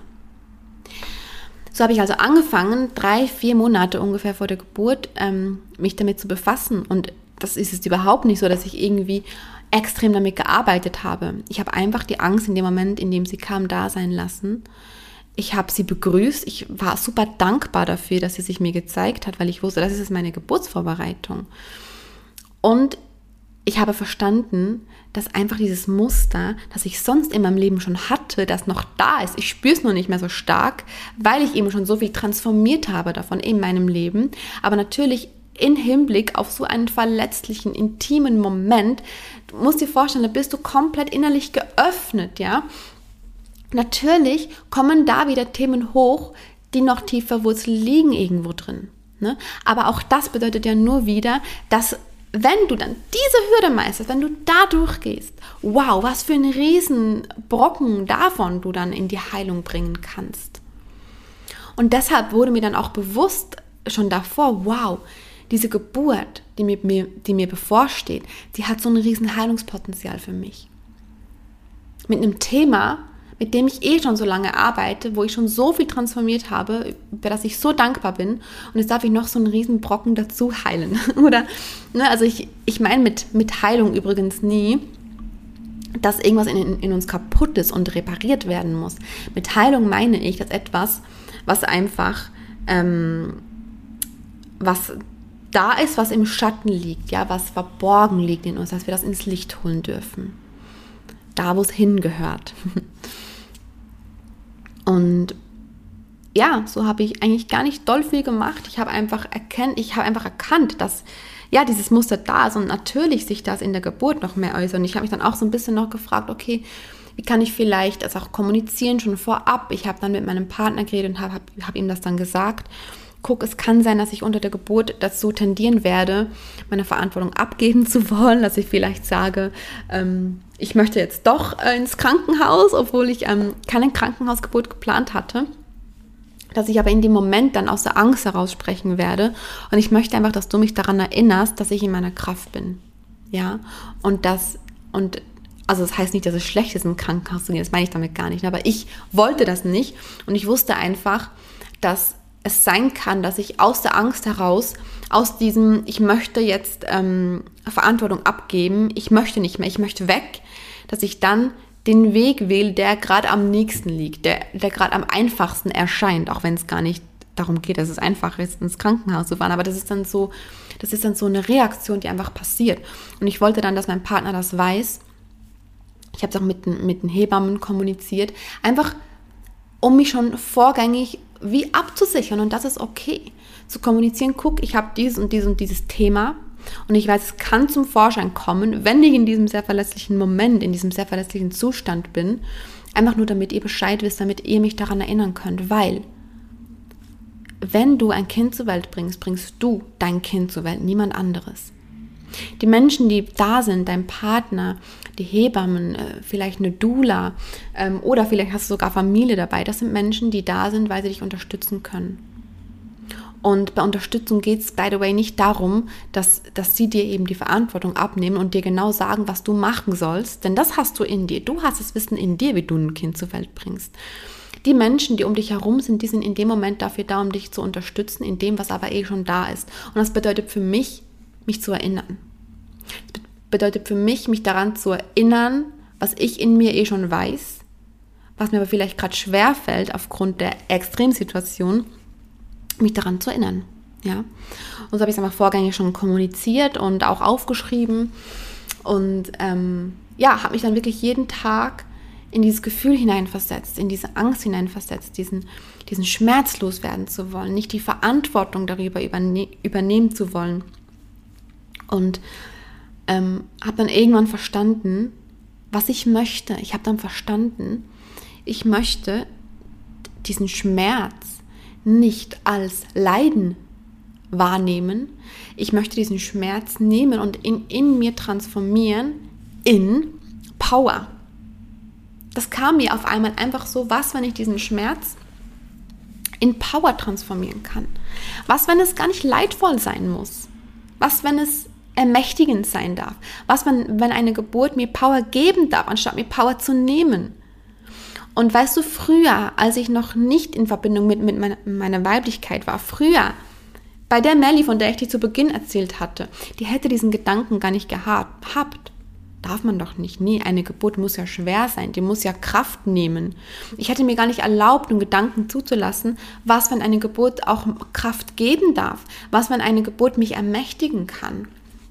So habe ich also angefangen, drei, vier Monate ungefähr vor der Geburt, ähm, mich damit zu befassen. Und das ist es überhaupt nicht so, dass ich irgendwie extrem damit gearbeitet habe. Ich habe einfach die Angst in dem Moment, in dem sie kam, da sein lassen. Ich habe sie begrüßt. Ich war super dankbar dafür, dass sie sich mir gezeigt hat, weil ich wusste, das ist meine Geburtsvorbereitung. Und ich habe verstanden, dass einfach dieses Muster, das ich sonst in meinem Leben schon hatte, das noch da ist. Ich spüre es nur nicht mehr so stark, weil ich eben schon so viel transformiert habe davon in meinem Leben. Aber natürlich in Hinblick auf so einen verletzlichen, intimen Moment, du musst dir vorstellen, da bist du komplett innerlich geöffnet, ja. Natürlich kommen da wieder Themen hoch, die noch tief verwurzelt liegen irgendwo drin, ne? Aber auch das bedeutet ja nur wieder, dass wenn du dann diese Hürde meisterst, wenn du da durchgehst, wow, was für einen riesen Brocken davon du dann in die Heilung bringen kannst. Und deshalb wurde mir dann auch bewusst schon davor, wow, diese Geburt, die mir, die mir bevorsteht, die hat so ein riesen Heilungspotenzial für mich. Mit einem Thema, mit dem ich eh schon so lange arbeite, wo ich schon so viel transformiert habe, über das ich so dankbar bin. Und jetzt darf ich noch so einen riesen Brocken dazu heilen. Oder, ne, also ich, ich meine mit, mit Heilung übrigens nie, dass irgendwas in, in uns kaputt ist und repariert werden muss. Mit Heilung meine ich, dass etwas, was einfach, ähm, was da ist, was im Schatten liegt, ja, was verborgen liegt in uns, dass wir das ins Licht holen dürfen. Da, wo es hingehört. Und ja, so habe ich eigentlich gar nicht doll viel gemacht. Ich habe einfach erkannt, ich habe einfach erkannt, dass ja dieses Muster da ist und natürlich sich das in der Geburt noch mehr äußert. Und ich habe mich dann auch so ein bisschen noch gefragt, okay, wie kann ich vielleicht das auch kommunizieren schon vorab? Ich habe dann mit meinem Partner geredet und habe hab, hab ihm das dann gesagt. Guck, es kann sein, dass ich unter der Geburt dazu tendieren werde, meine Verantwortung abgeben zu wollen, dass ich vielleicht sage, ähm, ich möchte jetzt doch äh, ins Krankenhaus, obwohl ich ähm, keine Krankenhausgeburt geplant hatte, dass ich aber in dem Moment dann aus der Angst heraus sprechen werde und ich möchte einfach, dass du mich daran erinnerst, dass ich in meiner Kraft bin, ja, und das, und also das heißt nicht, dass es schlecht ist, im Krankenhaus zu gehen, das meine ich damit gar nicht, aber ich wollte das nicht und ich wusste einfach, dass es sein kann, dass ich aus der Angst heraus, aus diesem, ich möchte jetzt ähm, Verantwortung abgeben, ich möchte nicht mehr, ich möchte weg, dass ich dann den Weg wähle, der gerade am nächsten liegt, der, der gerade am einfachsten erscheint, auch wenn es gar nicht darum geht, dass es einfach ist, ins Krankenhaus zu fahren. Aber das ist dann so, das ist dann so eine Reaktion, die einfach passiert. Und ich wollte dann, dass mein Partner das weiß. Ich habe es auch mit, mit den Hebammen kommuniziert. Einfach, um mich schon vorgängig wie abzusichern. Und das ist okay. Zu kommunizieren, guck, ich habe dieses und dieses und dieses Thema. Und ich weiß, es kann zum Vorschein kommen, wenn ich in diesem sehr verletzlichen Moment, in diesem sehr verletzlichen Zustand bin. Einfach nur, damit ihr Bescheid wisst, damit ihr mich daran erinnern könnt. Weil, wenn du ein Kind zur Welt bringst, bringst du dein Kind zur Welt, niemand anderes. Die Menschen, die da sind, dein Partner, die Hebammen, vielleicht eine Doula ähm, oder vielleicht hast du sogar Familie dabei, das sind Menschen, die da sind, weil sie dich unterstützen können. Und bei Unterstützung geht es, by the way, nicht darum, dass, dass sie dir eben die Verantwortung abnehmen und dir genau sagen, was du machen sollst, denn das hast du in dir. Du hast das Wissen in dir, wie du ein Kind zur Welt bringst. Die Menschen, die um dich herum sind, die sind in dem Moment dafür da, um dich zu unterstützen, in dem, was aber eh schon da ist. Und das bedeutet für mich, mich zu erinnern. Das bedeutet für mich, mich daran zu erinnern, was ich in mir eh schon weiß, was mir aber vielleicht gerade schwerfällt aufgrund der Extremsituation, mich daran zu erinnern. Ja? Und so habe ich es einfach vorgängig schon kommuniziert und auch aufgeschrieben und ähm, ja, habe mich dann wirklich jeden Tag in dieses Gefühl hineinversetzt, in diese Angst hineinversetzt, diesen, diesen Schmerz loswerden zu wollen, nicht die Verantwortung darüber überne- übernehmen zu wollen. Und ähm, habe dann irgendwann verstanden, was ich möchte. Ich habe dann verstanden, ich möchte diesen Schmerz nicht als Leiden wahrnehmen. Ich möchte diesen Schmerz nehmen und in, in mir transformieren in Power. Das kam mir auf einmal einfach so, was, wenn ich diesen Schmerz in Power transformieren kann? Was, wenn es gar nicht leidvoll sein muss? Was, wenn es ermächtigend sein darf? Was, wenn, wenn eine Geburt mir Power geben darf, anstatt mir Power zu nehmen? Und weißt du, früher, als ich noch nicht in Verbindung mit, mit meiner, meiner Weiblichkeit war, früher, bei der Melli, von der ich dir zu Beginn erzählt hatte, die hätte diesen Gedanken gar nicht gehabt. Darf man doch nicht. Nee, eine Geburt muss ja schwer sein, die muss ja Kraft nehmen. Ich hätte mir gar nicht erlaubt, einen Gedanken zuzulassen, was, wenn eine Geburt auch Kraft geben darf, was, wenn eine Geburt mich ermächtigen kann.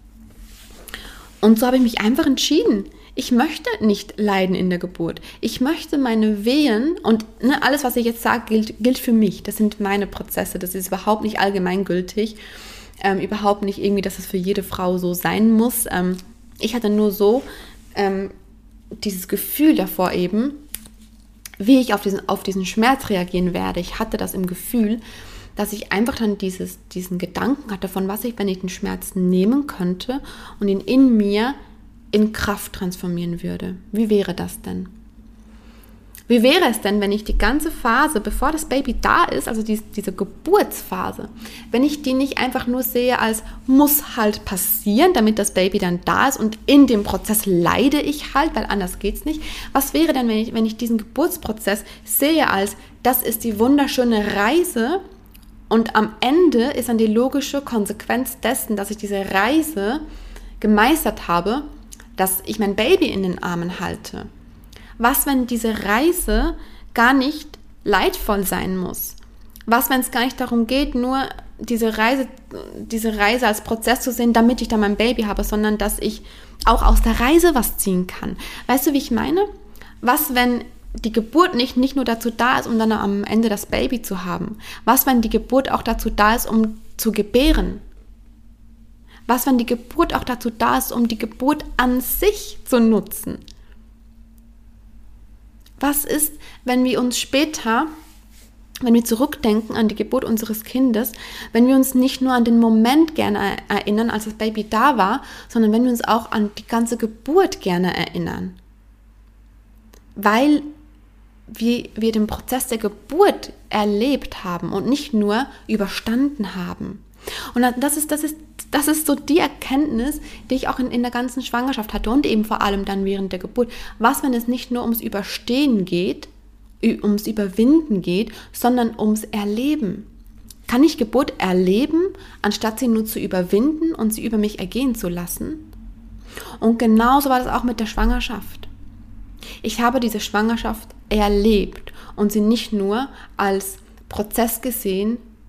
Und so habe ich mich einfach entschieden. Ich möchte nicht leiden in der Geburt. Ich möchte meine Wehen und ne, alles, was ich jetzt sage, gilt, gilt für mich. Das sind meine Prozesse. Das ist überhaupt nicht allgemeingültig. Ähm, überhaupt nicht irgendwie, dass es für jede Frau so sein muss. Ähm, ich hatte nur so ähm, dieses Gefühl davor eben, wie ich auf diesen, auf diesen Schmerz reagieren werde. Ich hatte das im Gefühl, dass ich einfach dann dieses, diesen Gedanken hatte, von was ich, wenn ich den Schmerz nehmen könnte und ihn in mir in Kraft transformieren würde. Wie wäre das denn? Wie wäre es denn, wenn ich die ganze Phase, bevor das Baby da ist, also die, diese Geburtsphase, wenn ich die nicht einfach nur sehe als muss halt passieren, damit das Baby dann da ist und in dem Prozess leide ich halt, weil anders geht's nicht. Was wäre denn, wenn ich, wenn ich diesen Geburtsprozess sehe als, das ist die wunderschöne Reise und am Ende ist dann die logische Konsequenz dessen, dass ich diese Reise gemeistert habe, dass ich mein Baby in den Armen halte. Was, wenn diese Reise gar nicht leidvoll sein muss? Was, wenn es gar nicht darum geht, nur diese Reise, diese Reise als Prozess zu sehen, damit ich dann mein Baby habe, sondern dass ich auch aus der Reise was ziehen kann? Weißt du, wie ich meine? Was, wenn die Geburt nicht, nicht nur dazu da ist, um dann am Ende das Baby zu haben? Was, wenn die Geburt auch dazu da ist, um zu gebären? Was, wenn die Geburt auch dazu da ist, um die Geburt an sich zu nutzen? Was ist, wenn wir uns später, wenn wir zurückdenken an die Geburt unseres Kindes, wenn wir uns nicht nur an den Moment gerne erinnern, als das Baby da war, sondern wenn wir uns auch an die ganze Geburt gerne erinnern? Weil wir, wir den Prozess der Geburt erlebt haben und nicht nur überstanden haben. Und das ist, das ist, das ist so die Erkenntnis, die ich auch in, in der ganzen Schwangerschaft hatte und eben vor allem dann während der Geburt. Was, wenn es nicht nur ums Überstehen geht, ums Überwinden geht, sondern ums Erleben? Kann ich Geburt erleben, anstatt sie nur zu überwinden und sie über mich ergehen zu lassen? Und genauso war das auch mit der Schwangerschaft. Ich habe diese Schwangerschaft erlebt und sie nicht nur als Prozess gesehen,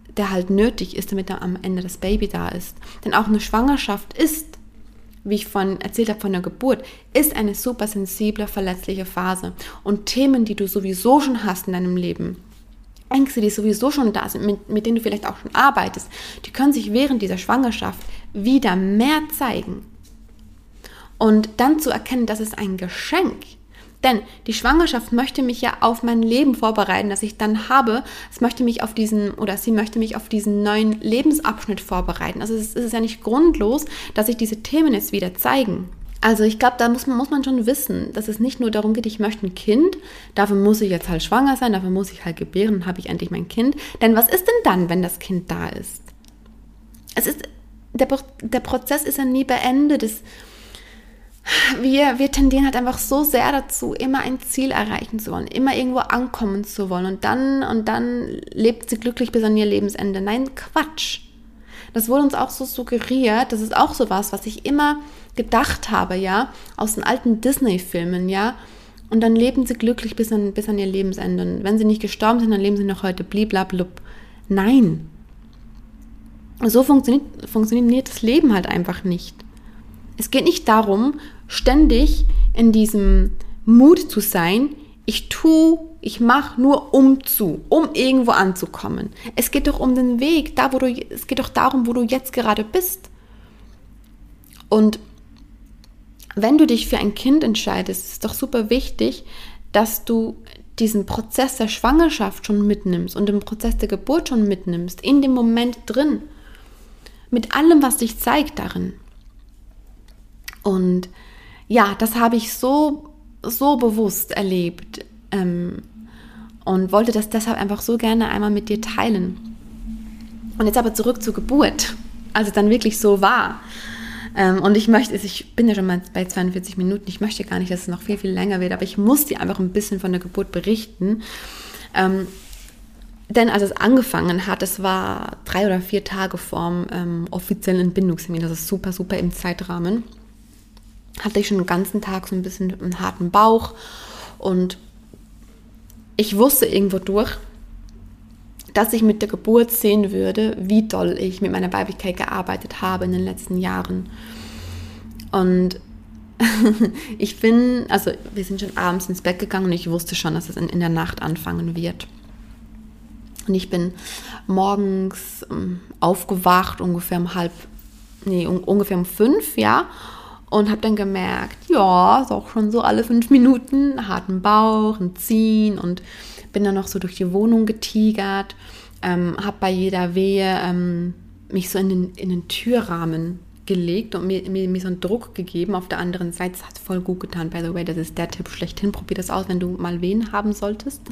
der halt nötig ist, damit dann am Ende das Baby da ist. Denn auch eine Schwangerschaft ist, wie ich von erzählt habe von der Geburt, ist eine super sensible, verletzliche Phase. Und Themen, die du sowieso schon hast in deinem Leben, Ängste, die sowieso schon da sind, mit, mit denen du vielleicht auch schon arbeitest, die können sich während dieser Schwangerschaft wieder mehr zeigen. Und dann zu erkennen, das ist ein Geschenk. Denn die Schwangerschaft möchte mich ja auf mein Leben vorbereiten, das ich dann habe. Es möchte mich auf diesen, oder sie möchte mich auf diesen neuen Lebensabschnitt vorbereiten. Also es ist ja nicht grundlos, dass sich diese Themen jetzt wieder zeigen. Also ich glaube, da muss man, muss man schon wissen, dass es nicht nur darum geht, ich möchte ein Kind, dafür muss ich jetzt halt schwanger sein, dafür muss ich halt gebären, dann habe ich endlich mein Kind. Denn was ist denn dann, wenn das Kind da ist? Es ist, der, der Prozess ist ja nie beendet. Es, Wir, wir tendieren halt einfach so sehr dazu, immer ein Ziel erreichen zu wollen, immer irgendwo ankommen zu wollen und dann, und dann lebt sie glücklich bis an ihr Lebensende. Nein, Quatsch. Das wurde uns auch so suggeriert, das ist auch sowas, was ich immer gedacht habe, ja, aus den alten Disney-Filmen, ja, und dann leben sie glücklich bis an, bis an ihr Lebensende. Und wenn sie nicht gestorben sind, dann leben sie noch heute bliblablub. Nein. So funktioniert, funktioniert das Leben halt einfach nicht. Es geht nicht darum, ständig in diesem Mut zu sein, ich tue, ich mache nur um zu, um irgendwo anzukommen. Es geht doch um den Weg, da wo du, es geht doch darum, wo du jetzt gerade bist. Und wenn du dich für ein Kind entscheidest, ist es doch super wichtig, dass du diesen Prozess der Schwangerschaft schon mitnimmst und den Prozess der Geburt schon mitnimmst, in dem Moment drin, mit allem, was dich zeigt darin. Und ja, das habe ich so, so bewusst erlebt ähm, und wollte das deshalb einfach so gerne einmal mit dir teilen. Und jetzt aber zurück zur Geburt, als es dann wirklich so war. Ähm, und ich möchte, ich bin ja schon mal bei zweiundvierzig Minuten, ich möchte gar nicht, dass es noch viel, viel länger wird, aber ich muss dir einfach ein bisschen von der Geburt berichten. Ähm, denn als es angefangen hat, es war drei oder vier Tage vorm ähm, offiziellen Entbindungstermin, das ist super, super im Zeitrahmen, hatte ich schon den ganzen Tag so ein bisschen einen harten Bauch und ich wusste irgendwo durch, dass ich mit der Geburt sehen würde, wie doll ich mit meiner Weiblichkeit gearbeitet habe in den letzten Jahren. Und ich bin, also wir sind schon abends ins Bett gegangen und ich wusste schon, dass es in, in der Nacht anfangen wird. Und ich bin morgens ähm, aufgewacht, ungefähr um halb, nee, un, ungefähr um fünf, ja, und habe dann gemerkt, ja, ist auch schon so alle fünf Minuten, harten Bauch, ein Ziehen und bin dann noch so durch die Wohnung getigert, ähm, habe bei jeder Wehe ähm, mich so in den, in den Türrahmen gelegt und mir, mir, mir so einen Druck gegeben auf der anderen Seite. Das hat voll gut getan, by the way, das ist der Tipp schlechthin. Probier das aus, wenn du mal Wehen haben solltest.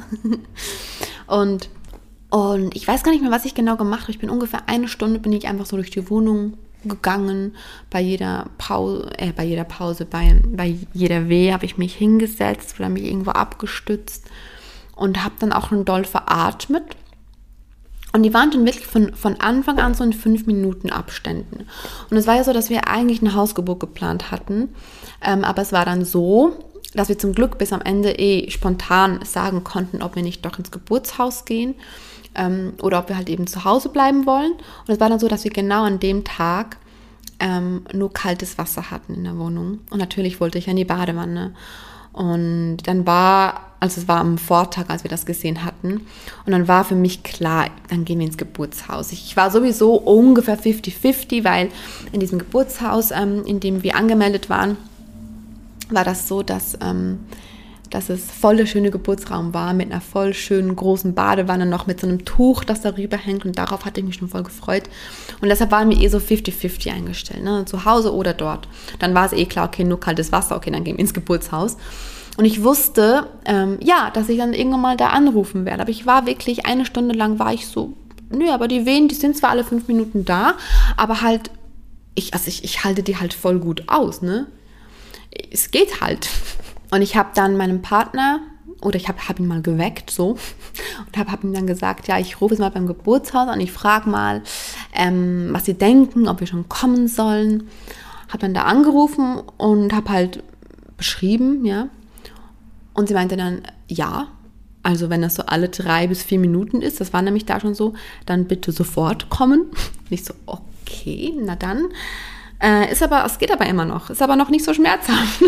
und, und ich weiß gar nicht mehr, was ich genau gemacht habe. Ich bin ungefähr eine Stunde, bin ich einfach so durch die Wohnung gegangen. Bei jeder Pause, äh, bei jeder Pause, bei, bei jeder Wehe habe ich mich hingesetzt oder mich irgendwo abgestützt und habe dann auch schon doll veratmet. Und die waren dann wirklich von, von Anfang an so in fünf Minuten Abständen. Und es war ja so, dass wir eigentlich eine Hausgeburt geplant hatten, ähm, aber es war dann so, dass wir zum Glück bis am Ende eh spontan sagen konnten, ob wir nicht doch ins Geburtshaus gehen ähm, oder ob wir halt eben zu Hause bleiben wollen. Und es war dann so, dass wir genau an dem Tag ähm, nur kaltes Wasser hatten in der Wohnung. Und natürlich wollte ich ja in die Badewanne. Und dann war, also es war am Vortag, als wir das gesehen hatten, und dann war für mich klar, dann gehen wir ins Geburtshaus. Ich war sowieso ungefähr fifty fifty, weil in diesem Geburtshaus, ähm, in dem wir angemeldet waren, war das so, dass, ähm, dass es voll der schöne Geburtsraum war, mit einer voll schönen großen Badewanne, noch mit so einem Tuch, das darüber hängt, und darauf hatte ich mich schon voll gefreut. Und deshalb waren wir eh so fifty fifty eingestellt, ne? Zu Hause oder dort. Dann war es eh klar, okay, nur kaltes Wasser, okay, dann gehen wir ins Geburtshaus. Und ich wusste, ähm, ja, dass ich dann irgendwann mal da anrufen werde. Aber ich war wirklich, eine Stunde lang war ich so, nö, aber die Wehen, die sind zwar alle fünf Minuten da, aber halt, ich, also ich, ich halte die halt voll gut aus, ne? Es geht halt. Und ich habe dann meinem Partner, oder ich habe hab ihn mal geweckt, so, und habe hab ihm dann gesagt, ja, ich rufe jetzt mal beim Geburtshaus an, ich frage mal, ähm, was sie denken, ob wir schon kommen sollen. Habe dann da angerufen und habe halt beschrieben, ja. Und sie meinte dann, ja, Also wenn das so alle drei bis vier Minuten ist, das war nämlich da schon so, dann bitte sofort kommen. Nicht so, okay, na dann. Äh, ist aber, es geht aber immer noch, ist aber noch nicht so schmerzhaft.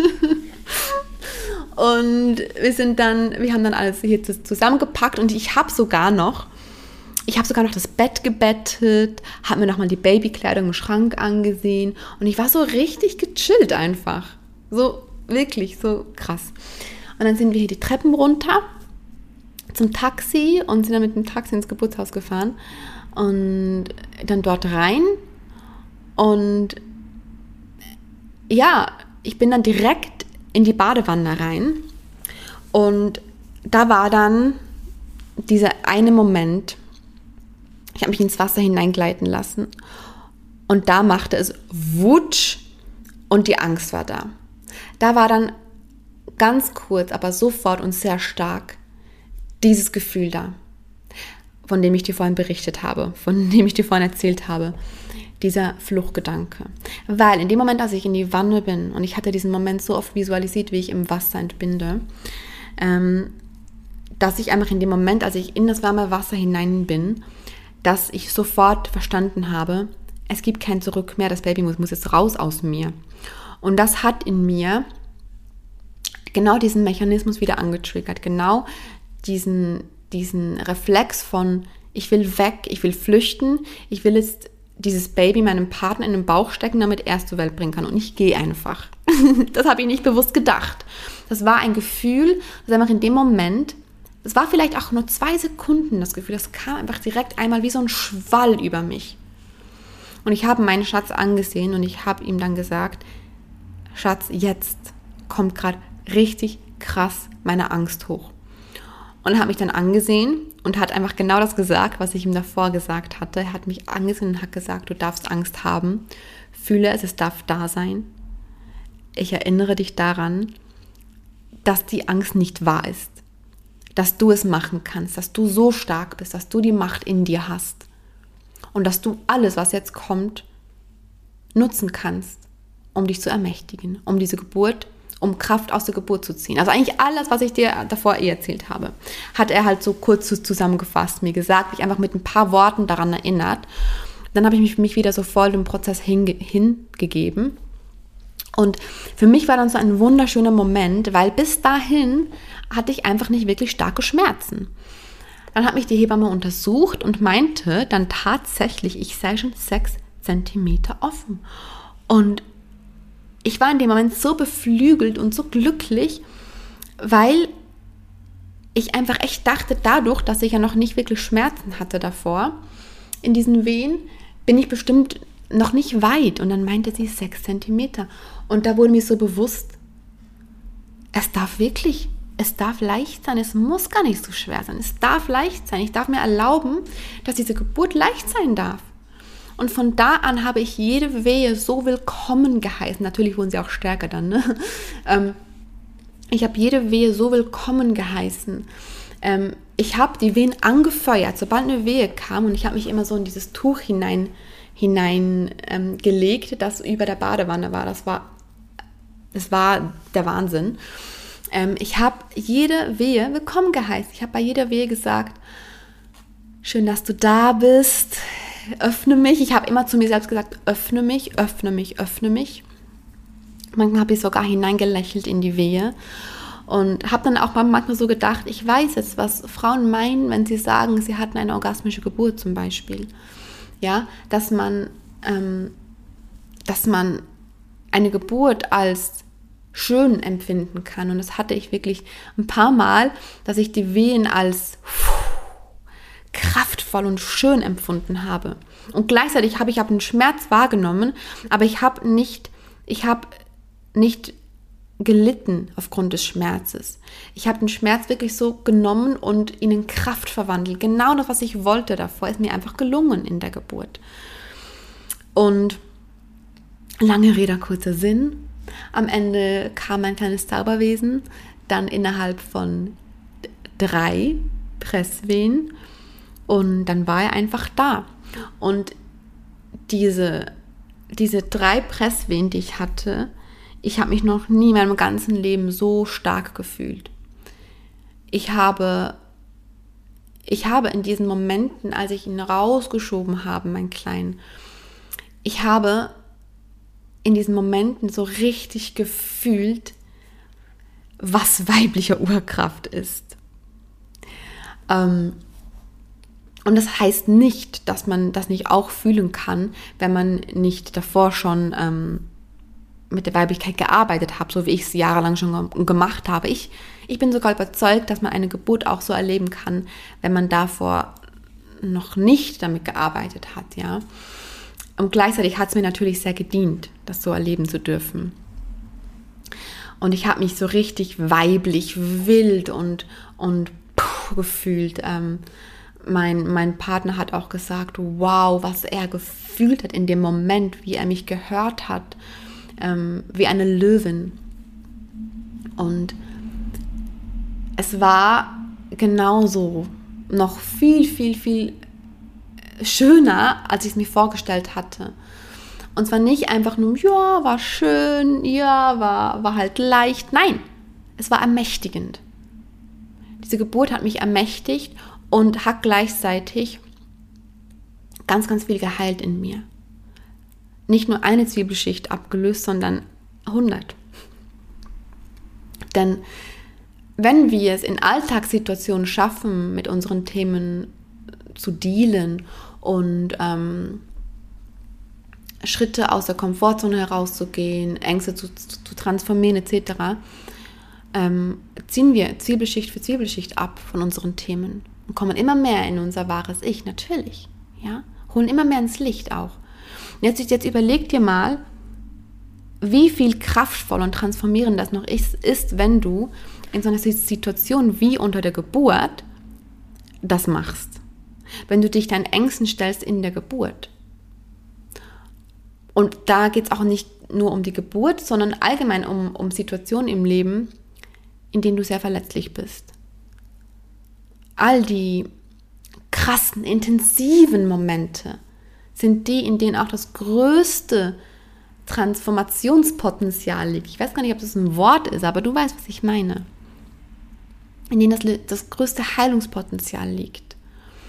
Und wir sind dann, wir haben dann alles hier zusammengepackt und ich habe sogar noch, ich habe sogar noch das Bett gebettet, habe mir nochmal die Babykleidung im Schrank angesehen und ich war so richtig gechillt einfach. So wirklich, so krass. Und dann sind wir hier die Treppen runter zum Taxi und sind dann mit dem Taxi ins Geburtshaus gefahren und dann dort rein. Und ja, ich bin dann direkt in die Badewanne rein und da war dann dieser eine Moment, ich habe mich ins Wasser hineingleiten lassen und da machte es wutsch und die Angst war da. Da war dann ganz kurz, aber sofort und sehr stark dieses Gefühl da, von dem ich dir vorhin berichtet habe, von dem ich dir vorhin erzählt habe, dieser Fluchtgedanke. Weil in dem Moment, als ich in die Wanne bin, und ich hatte diesen Moment so oft visualisiert, wie ich im Wasser entbinde, ähm, dass ich einfach in dem Moment, als ich in das warme Wasser hinein bin, dass ich sofort verstanden habe, es gibt kein Zurück mehr, das Baby muss, muss jetzt raus aus mir. Und das hat in mir genau diesen Mechanismus wieder angetriggert, genau diesen, diesen Reflex von, ich will weg, ich will flüchten, ich will jetzt dieses Baby meinem Partner in den Bauch stecken, damit er es zur Welt bringen kann. Und ich gehe einfach. Das habe ich nicht bewusst gedacht. Das war ein Gefühl, das einfach in dem Moment, das war vielleicht auch nur zwei Sekunden das Gefühl, das kam einfach direkt einmal wie so ein Schwall über mich. Und ich habe meinen Schatz angesehen und ich habe ihm dann gesagt, Schatz, jetzt kommt gerade richtig krass meine Angst hoch. Und er hat mich dann angesehen und hat einfach genau das gesagt, was ich ihm davor gesagt hatte. Er hat mich angesehen und hat gesagt, du darfst Angst haben, fühle es, es darf da sein. Ich erinnere dich daran, dass die Angst nicht wahr ist, dass du es machen kannst, dass du so stark bist, dass du die Macht in dir hast und dass du alles, was jetzt kommt, nutzen kannst, um dich zu ermächtigen, um diese Geburt um Kraft aus der Geburt zu ziehen. Also eigentlich alles, was ich dir davor eh erzählt habe, hat er halt so kurz zusammengefasst mir gesagt, mich einfach mit ein paar Worten daran erinnert. Dann habe ich mich, mich wieder so voll dem Prozess hinge, hingegeben. Und für mich war dann so ein wunderschöner Moment, weil bis dahin hatte ich einfach nicht wirklich starke Schmerzen. Dann hat mich die Hebamme untersucht und meinte dann tatsächlich, ich sei schon sechs Zentimeter offen. Und ich war in dem Moment so beflügelt und so glücklich, weil ich einfach echt dachte, dadurch, dass ich ja noch nicht wirklich Schmerzen hatte davor, in diesen Wehen, bin ich bestimmt noch nicht weit. Und dann meinte sie sechs Zentimeter. Und da wurde mir so bewusst, es darf wirklich, es darf leicht sein, es muss gar nicht so schwer sein. Es darf leicht sein. Ich darf mir erlauben, dass diese Geburt leicht sein darf. Und von da an habe ich jede Wehe so willkommen geheißen. Natürlich wurden sie auch stärker dann. Ne? Ähm, ich habe jede Wehe so willkommen geheißen. Ähm, ich habe die Wehen angefeuert, sobald eine Wehe kam. Und ich habe mich immer so in dieses Tuch hinein, hinein ähm, gelegt, das über der Badewanne war. Das war, das war der Wahnsinn. Ähm, ich habe jede Wehe willkommen geheißen. Ich habe bei jeder Wehe gesagt, schön, dass du da bist. Öffne mich. Ich habe immer zu mir selbst gesagt, öffne mich, öffne mich, öffne mich. Manchmal habe ich sogar hineingelächelt in die Wehe und habe dann auch manchmal so gedacht, ich weiß jetzt, was Frauen meinen, wenn sie sagen, sie hatten eine orgasmische Geburt zum Beispiel. Ja, dass man, ähm, dass man eine Geburt als schön empfinden kann. Und das hatte ich wirklich ein paar Mal, dass ich die Wehen als kraftvoll und schön empfunden habe. Und gleichzeitig habe ich hab einen Schmerz wahrgenommen, aber ich habe nicht, ich habe nicht gelitten aufgrund des Schmerzes. Ich habe den Schmerz wirklich so genommen und ihn in Kraft verwandelt. Genau das, was ich wollte davor, ist mir einfach gelungen in der Geburt. Und lange Rede, kurzer Sinn. Am Ende kam ein kleines Zauberwesen, dann innerhalb von drei Presswehen. Und dann war er einfach da. Und diese, diese drei Presswehen, die ich hatte, ich habe mich noch nie in meinem ganzen Leben so stark gefühlt. ich habe, ich habe in diesen Momenten, als ich ihn rausgeschoben habe, mein Kleinen, ich habe in diesen Momenten so richtig gefühlt, was weibliche Urkraft ist. Ähm, und das heißt nicht, dass man das nicht auch fühlen kann, wenn man nicht davor schon ähm, mit der Weiblichkeit gearbeitet hat, so wie ich es jahrelang schon ge- gemacht habe. Ich, ich bin sogar überzeugt, dass man eine Geburt auch so erleben kann, wenn man davor noch nicht damit gearbeitet hat, ja. Und gleichzeitig hat es mir natürlich sehr gedient, das so erleben zu dürfen. Und ich habe mich so richtig weiblich, wild und, und puh, gefühlt. Ähm, mein, mein Partner hat auch gesagt, wow, was er gefühlt hat in dem Moment, wie er mich gehört hat, ähm, wie eine Löwin. Und es war genauso noch viel, viel, viel schöner, als ich es mir vorgestellt hatte. Und zwar nicht einfach nur, ja, war schön, ja, war, war halt leicht. Nein, es war ermächtigend. Diese Geburt hat mich ermächtigt und hat gleichzeitig ganz, ganz viel geheilt in mir. Nicht nur eine Zwiebelschicht abgelöst, sondern hundert. Denn wenn wir es in Alltagssituationen schaffen, mit unseren Themen zu dealen und ähm, Schritte aus der Komfortzone herauszugehen, Ängste zu, zu, zu transformieren et cetera, ähm, ziehen wir Zwiebelschicht für Zwiebelschicht ab von unseren Themen und kommen immer mehr in unser wahres Ich, natürlich, ja, holen immer mehr ins Licht auch. Und jetzt, jetzt überleg dir mal, wie viel kraftvoll und transformierend das noch ist, ist, wenn du in so einer Situation wie unter der Geburt das machst. Wenn du dich deinen Ängsten stellst in der Geburt. Und da geht es auch nicht nur um die Geburt, sondern allgemein um, um Situationen im Leben, in denen du sehr verletzlich bist. All die krassen, intensiven Momente sind die, in denen auch das größte Transformationspotenzial liegt. Ich weiß gar nicht, ob das ein Wort ist, aber du weißt, was ich meine. In denen das, das größte Heilungspotenzial liegt.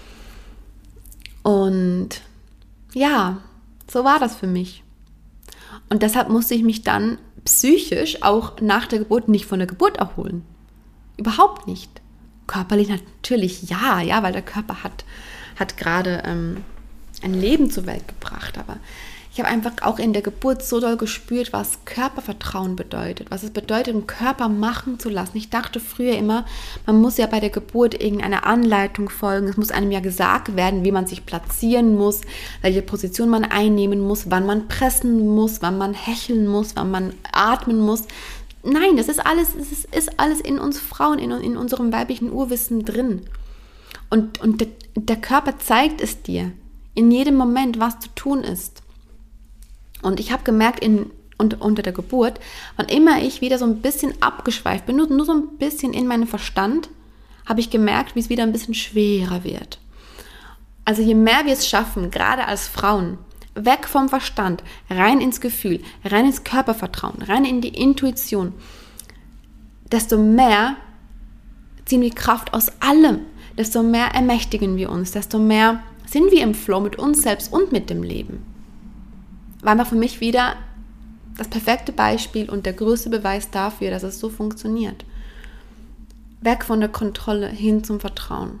Und ja, so war das für mich. Und deshalb musste ich mich dann psychisch auch nach der Geburt nicht von der Geburt erholen. Überhaupt nicht. Körperlich natürlich ja, ja, weil der Körper hat, hat gerade ähm, ein Leben zur Welt gebracht. Aber ich habe einfach auch in der Geburt so doll gespürt, was Körpervertrauen bedeutet, was es bedeutet, einen Körper machen zu lassen. Ich dachte früher immer, man muss ja bei der Geburt irgendeiner Anleitung folgen. Es muss einem ja gesagt werden, wie man sich platzieren muss, welche Position man einnehmen muss, wann man pressen muss, wann man hecheln muss, wann man atmen muss. Nein, das ist alles, es ist, ist alles in uns Frauen, in, in unserem weiblichen Urwissen drin. Und, und der, der Körper zeigt es dir in jedem Moment, was zu tun ist. Und ich habe gemerkt, in, und, unter der Geburt, wann immer ich wieder so ein bisschen abgeschweift bin, nur, nur so ein bisschen in meinen Verstand, habe ich gemerkt, wie es wieder ein bisschen schwerer wird. Also je mehr wir es schaffen, gerade als Frauen, weg vom Verstand, rein ins Gefühl, rein ins Körpervertrauen, rein in die Intuition, desto mehr ziehen wir Kraft aus allem, desto mehr ermächtigen wir uns, desto mehr sind wir im Flow mit uns selbst und mit dem Leben. War einfach für mich wieder das perfekte Beispiel und der größte Beweis dafür, dass es so funktioniert. Weg von der Kontrolle hin zum Vertrauen.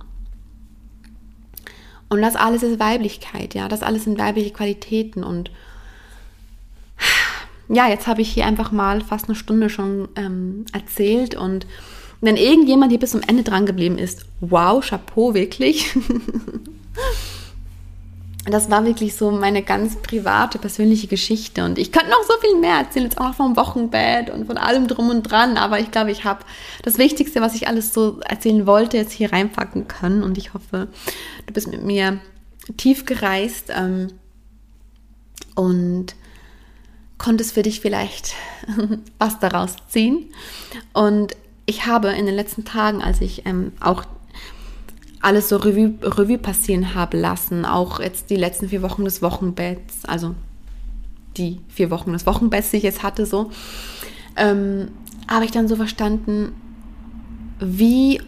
Und das alles ist Weiblichkeit, ja, das alles sind weibliche Qualitäten. Und ja, jetzt habe ich hier einfach mal fast eine Stunde schon ähm, erzählt. Und wenn irgendjemand hier bis zum Ende dran geblieben ist, wow, Chapeau, wirklich. Das war wirklich so meine ganz private, persönliche Geschichte. Und ich könnte noch so viel mehr erzählen, jetzt auch noch vom Wochenbett und von allem drum und dran. Aber ich glaube, ich habe das Wichtigste, was ich alles so erzählen wollte, jetzt hier reinpacken können. Und ich hoffe, du bist mit mir tief gereist ähm, und konntest für dich vielleicht was daraus ziehen. Und ich habe in den letzten Tagen, als ich ähm, auch alles so Revue, Revue passieren habe lassen, auch jetzt die letzten vier Wochen des Wochenbetts, also die vier Wochen des Wochenbetts, die ich jetzt hatte, so, ähm, habe ich dann so verstanden, wie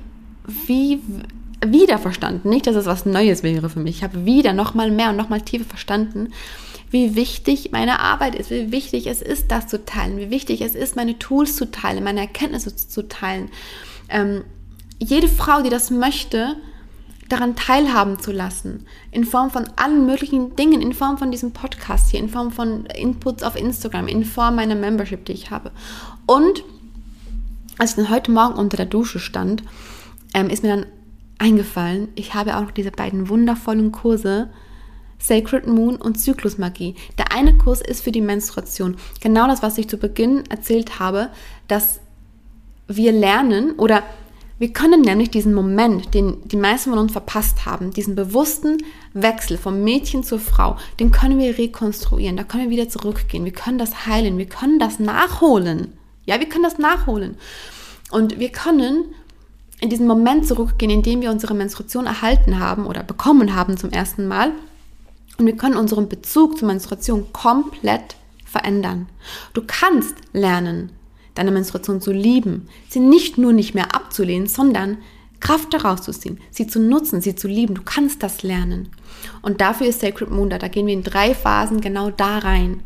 wie wieder verstanden, nicht, dass es was Neues wäre für mich, ich habe wieder nochmal mehr und nochmal tiefer verstanden, wie wichtig meine Arbeit ist, wie wichtig es ist, das zu teilen, wie wichtig es ist, meine Tools zu teilen, meine Erkenntnisse zu teilen. Ähm, jede Frau, die das möchte, daran teilhaben zu lassen, in Form von allen möglichen Dingen, in Form von diesem Podcast hier, in Form von Inputs auf Instagram, in Form meiner Membership, die ich habe. Und als ich dann heute Morgen unter der Dusche stand, ähm, ist mir dann eingefallen, ich habe auch noch diese beiden wundervollen Kurse, Sacred Moon und Zyklusmagie. Der eine Kurs ist für die Menstruation. Genau das, was ich zu Beginn erzählt habe, dass wir lernen oder wir können nämlich diesen Moment, den die meisten von uns verpasst haben, diesen bewussten Wechsel vom Mädchen zur Frau, den können wir rekonstruieren, da können wir wieder zurückgehen, wir können das heilen, wir können das nachholen. Ja, wir können das nachholen. Und wir können in diesen Moment zurückgehen, in dem wir unsere Menstruation erhalten haben oder bekommen haben zum ersten Mal. Und wir können unseren Bezug zur Menstruation komplett verändern. Du kannst lernen, deine Menstruation zu lieben, sie nicht nur nicht mehr abzulehnen, sondern Kraft daraus zu ziehen, sie zu nutzen, sie zu lieben. Du kannst das lernen. Und dafür ist Sacred Moon da. Da gehen wir in drei Phasen genau da rein.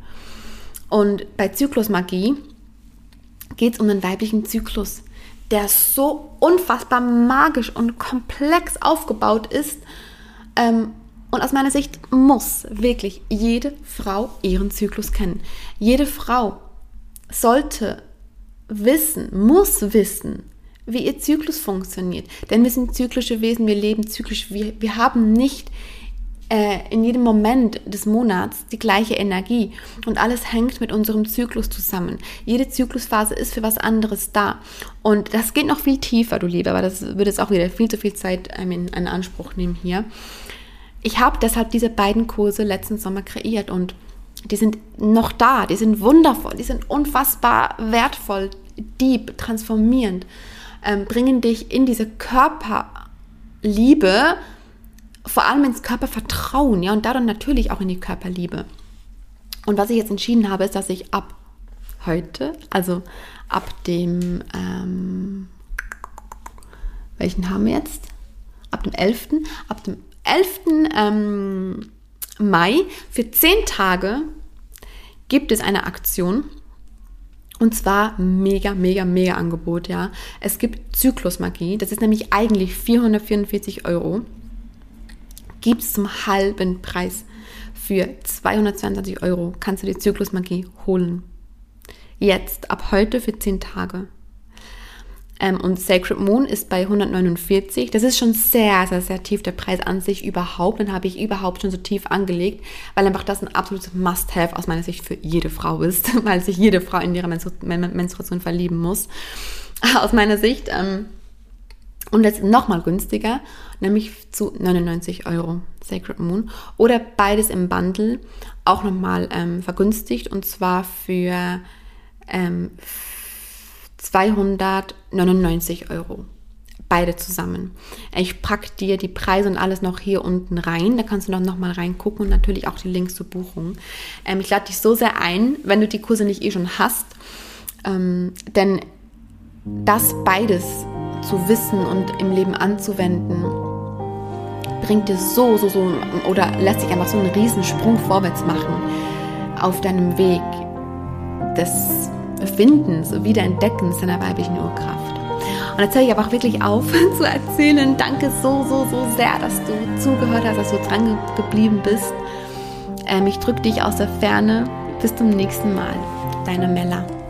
Und bei Zyklusmagie geht es um den weiblichen Zyklus, der so unfassbar magisch und komplex aufgebaut ist. Ähm, und aus meiner Sicht muss wirklich jede Frau ihren Zyklus kennen. Jede Frau sollte wissen, muss wissen, wie ihr Zyklus funktioniert. Denn wir sind zyklische Wesen, wir leben zyklisch. Wir, wir haben nicht äh, in jedem Moment des Monats die gleiche Energie. Und alles hängt mit unserem Zyklus zusammen. Jede Zyklusphase ist für was anderes da. Und das geht noch viel tiefer, du Liebe, aber das würde jetzt auch wieder viel zu viel Zeit ähm, in, in Anspruch nehmen hier. Ich habe deshalb diese beiden Kurse letzten Sommer kreiert und die sind noch da, die sind wundervoll, die sind unfassbar wertvoll, deep, transformierend, ähm, bringen dich in diese Körperliebe, vor allem ins Körpervertrauen, ja, und darin natürlich auch in die Körperliebe. Und was ich jetzt entschieden habe, ist, dass ich ab heute, also ab dem, ähm, welchen haben wir jetzt? Ab dem elften ab dem elften Ähm, Mai, für zehn Tage gibt es eine Aktion und zwar mega, mega, mega Angebot, ja. Es gibt Zyklusmagie, das ist nämlich eigentlich vierhundertvierundvierzig Euro, gibt es zum halben Preis. Für zweihundertzweiundzwanzig Euro kannst du die Zyklusmagie holen. Jetzt, ab heute für zehn Tage. Ähm, und Sacred Moon ist bei hundertneunundvierzig. Das ist schon sehr, sehr, sehr tief der Preis an sich überhaupt. Den habe ich überhaupt schon so tief angelegt, weil einfach das ein absolutes Must-Have aus meiner Sicht für jede Frau ist, weil sich jede Frau in ihre Menstru- Menstruation verlieben muss. Aus meiner Sicht. Ähm, und jetzt nochmal günstiger, nämlich zu neunundneunzig Euro Sacred Moon. Oder beides im Bundle, auch nochmal ähm, vergünstigt, und zwar für ähm, zweihundertneunundneunzig Euro. Beide zusammen. Ich packe dir die Preise und alles noch hier unten rein. Da kannst du noch mal reingucken und natürlich auch die Links zur Buchung. Ähm, ich lade dich so sehr ein, wenn du die Kurse nicht eh schon hast. Ähm, denn das beides zu wissen und im Leben anzuwenden, bringt dir so, so, so, oder lässt dich einfach so einen riesen Sprung vorwärts machen auf deinem Weg des Findens, Wiederentdeckens deiner weiblichen Urkraft. Und jetzt höre ich aber auch wirklich auf zu erzählen. Danke so, so, so sehr, dass du zugehört hast, dass du dran geblieben bist. Ähm, ich drücke dich aus der Ferne. Bis zum nächsten Mal. Deine Mella.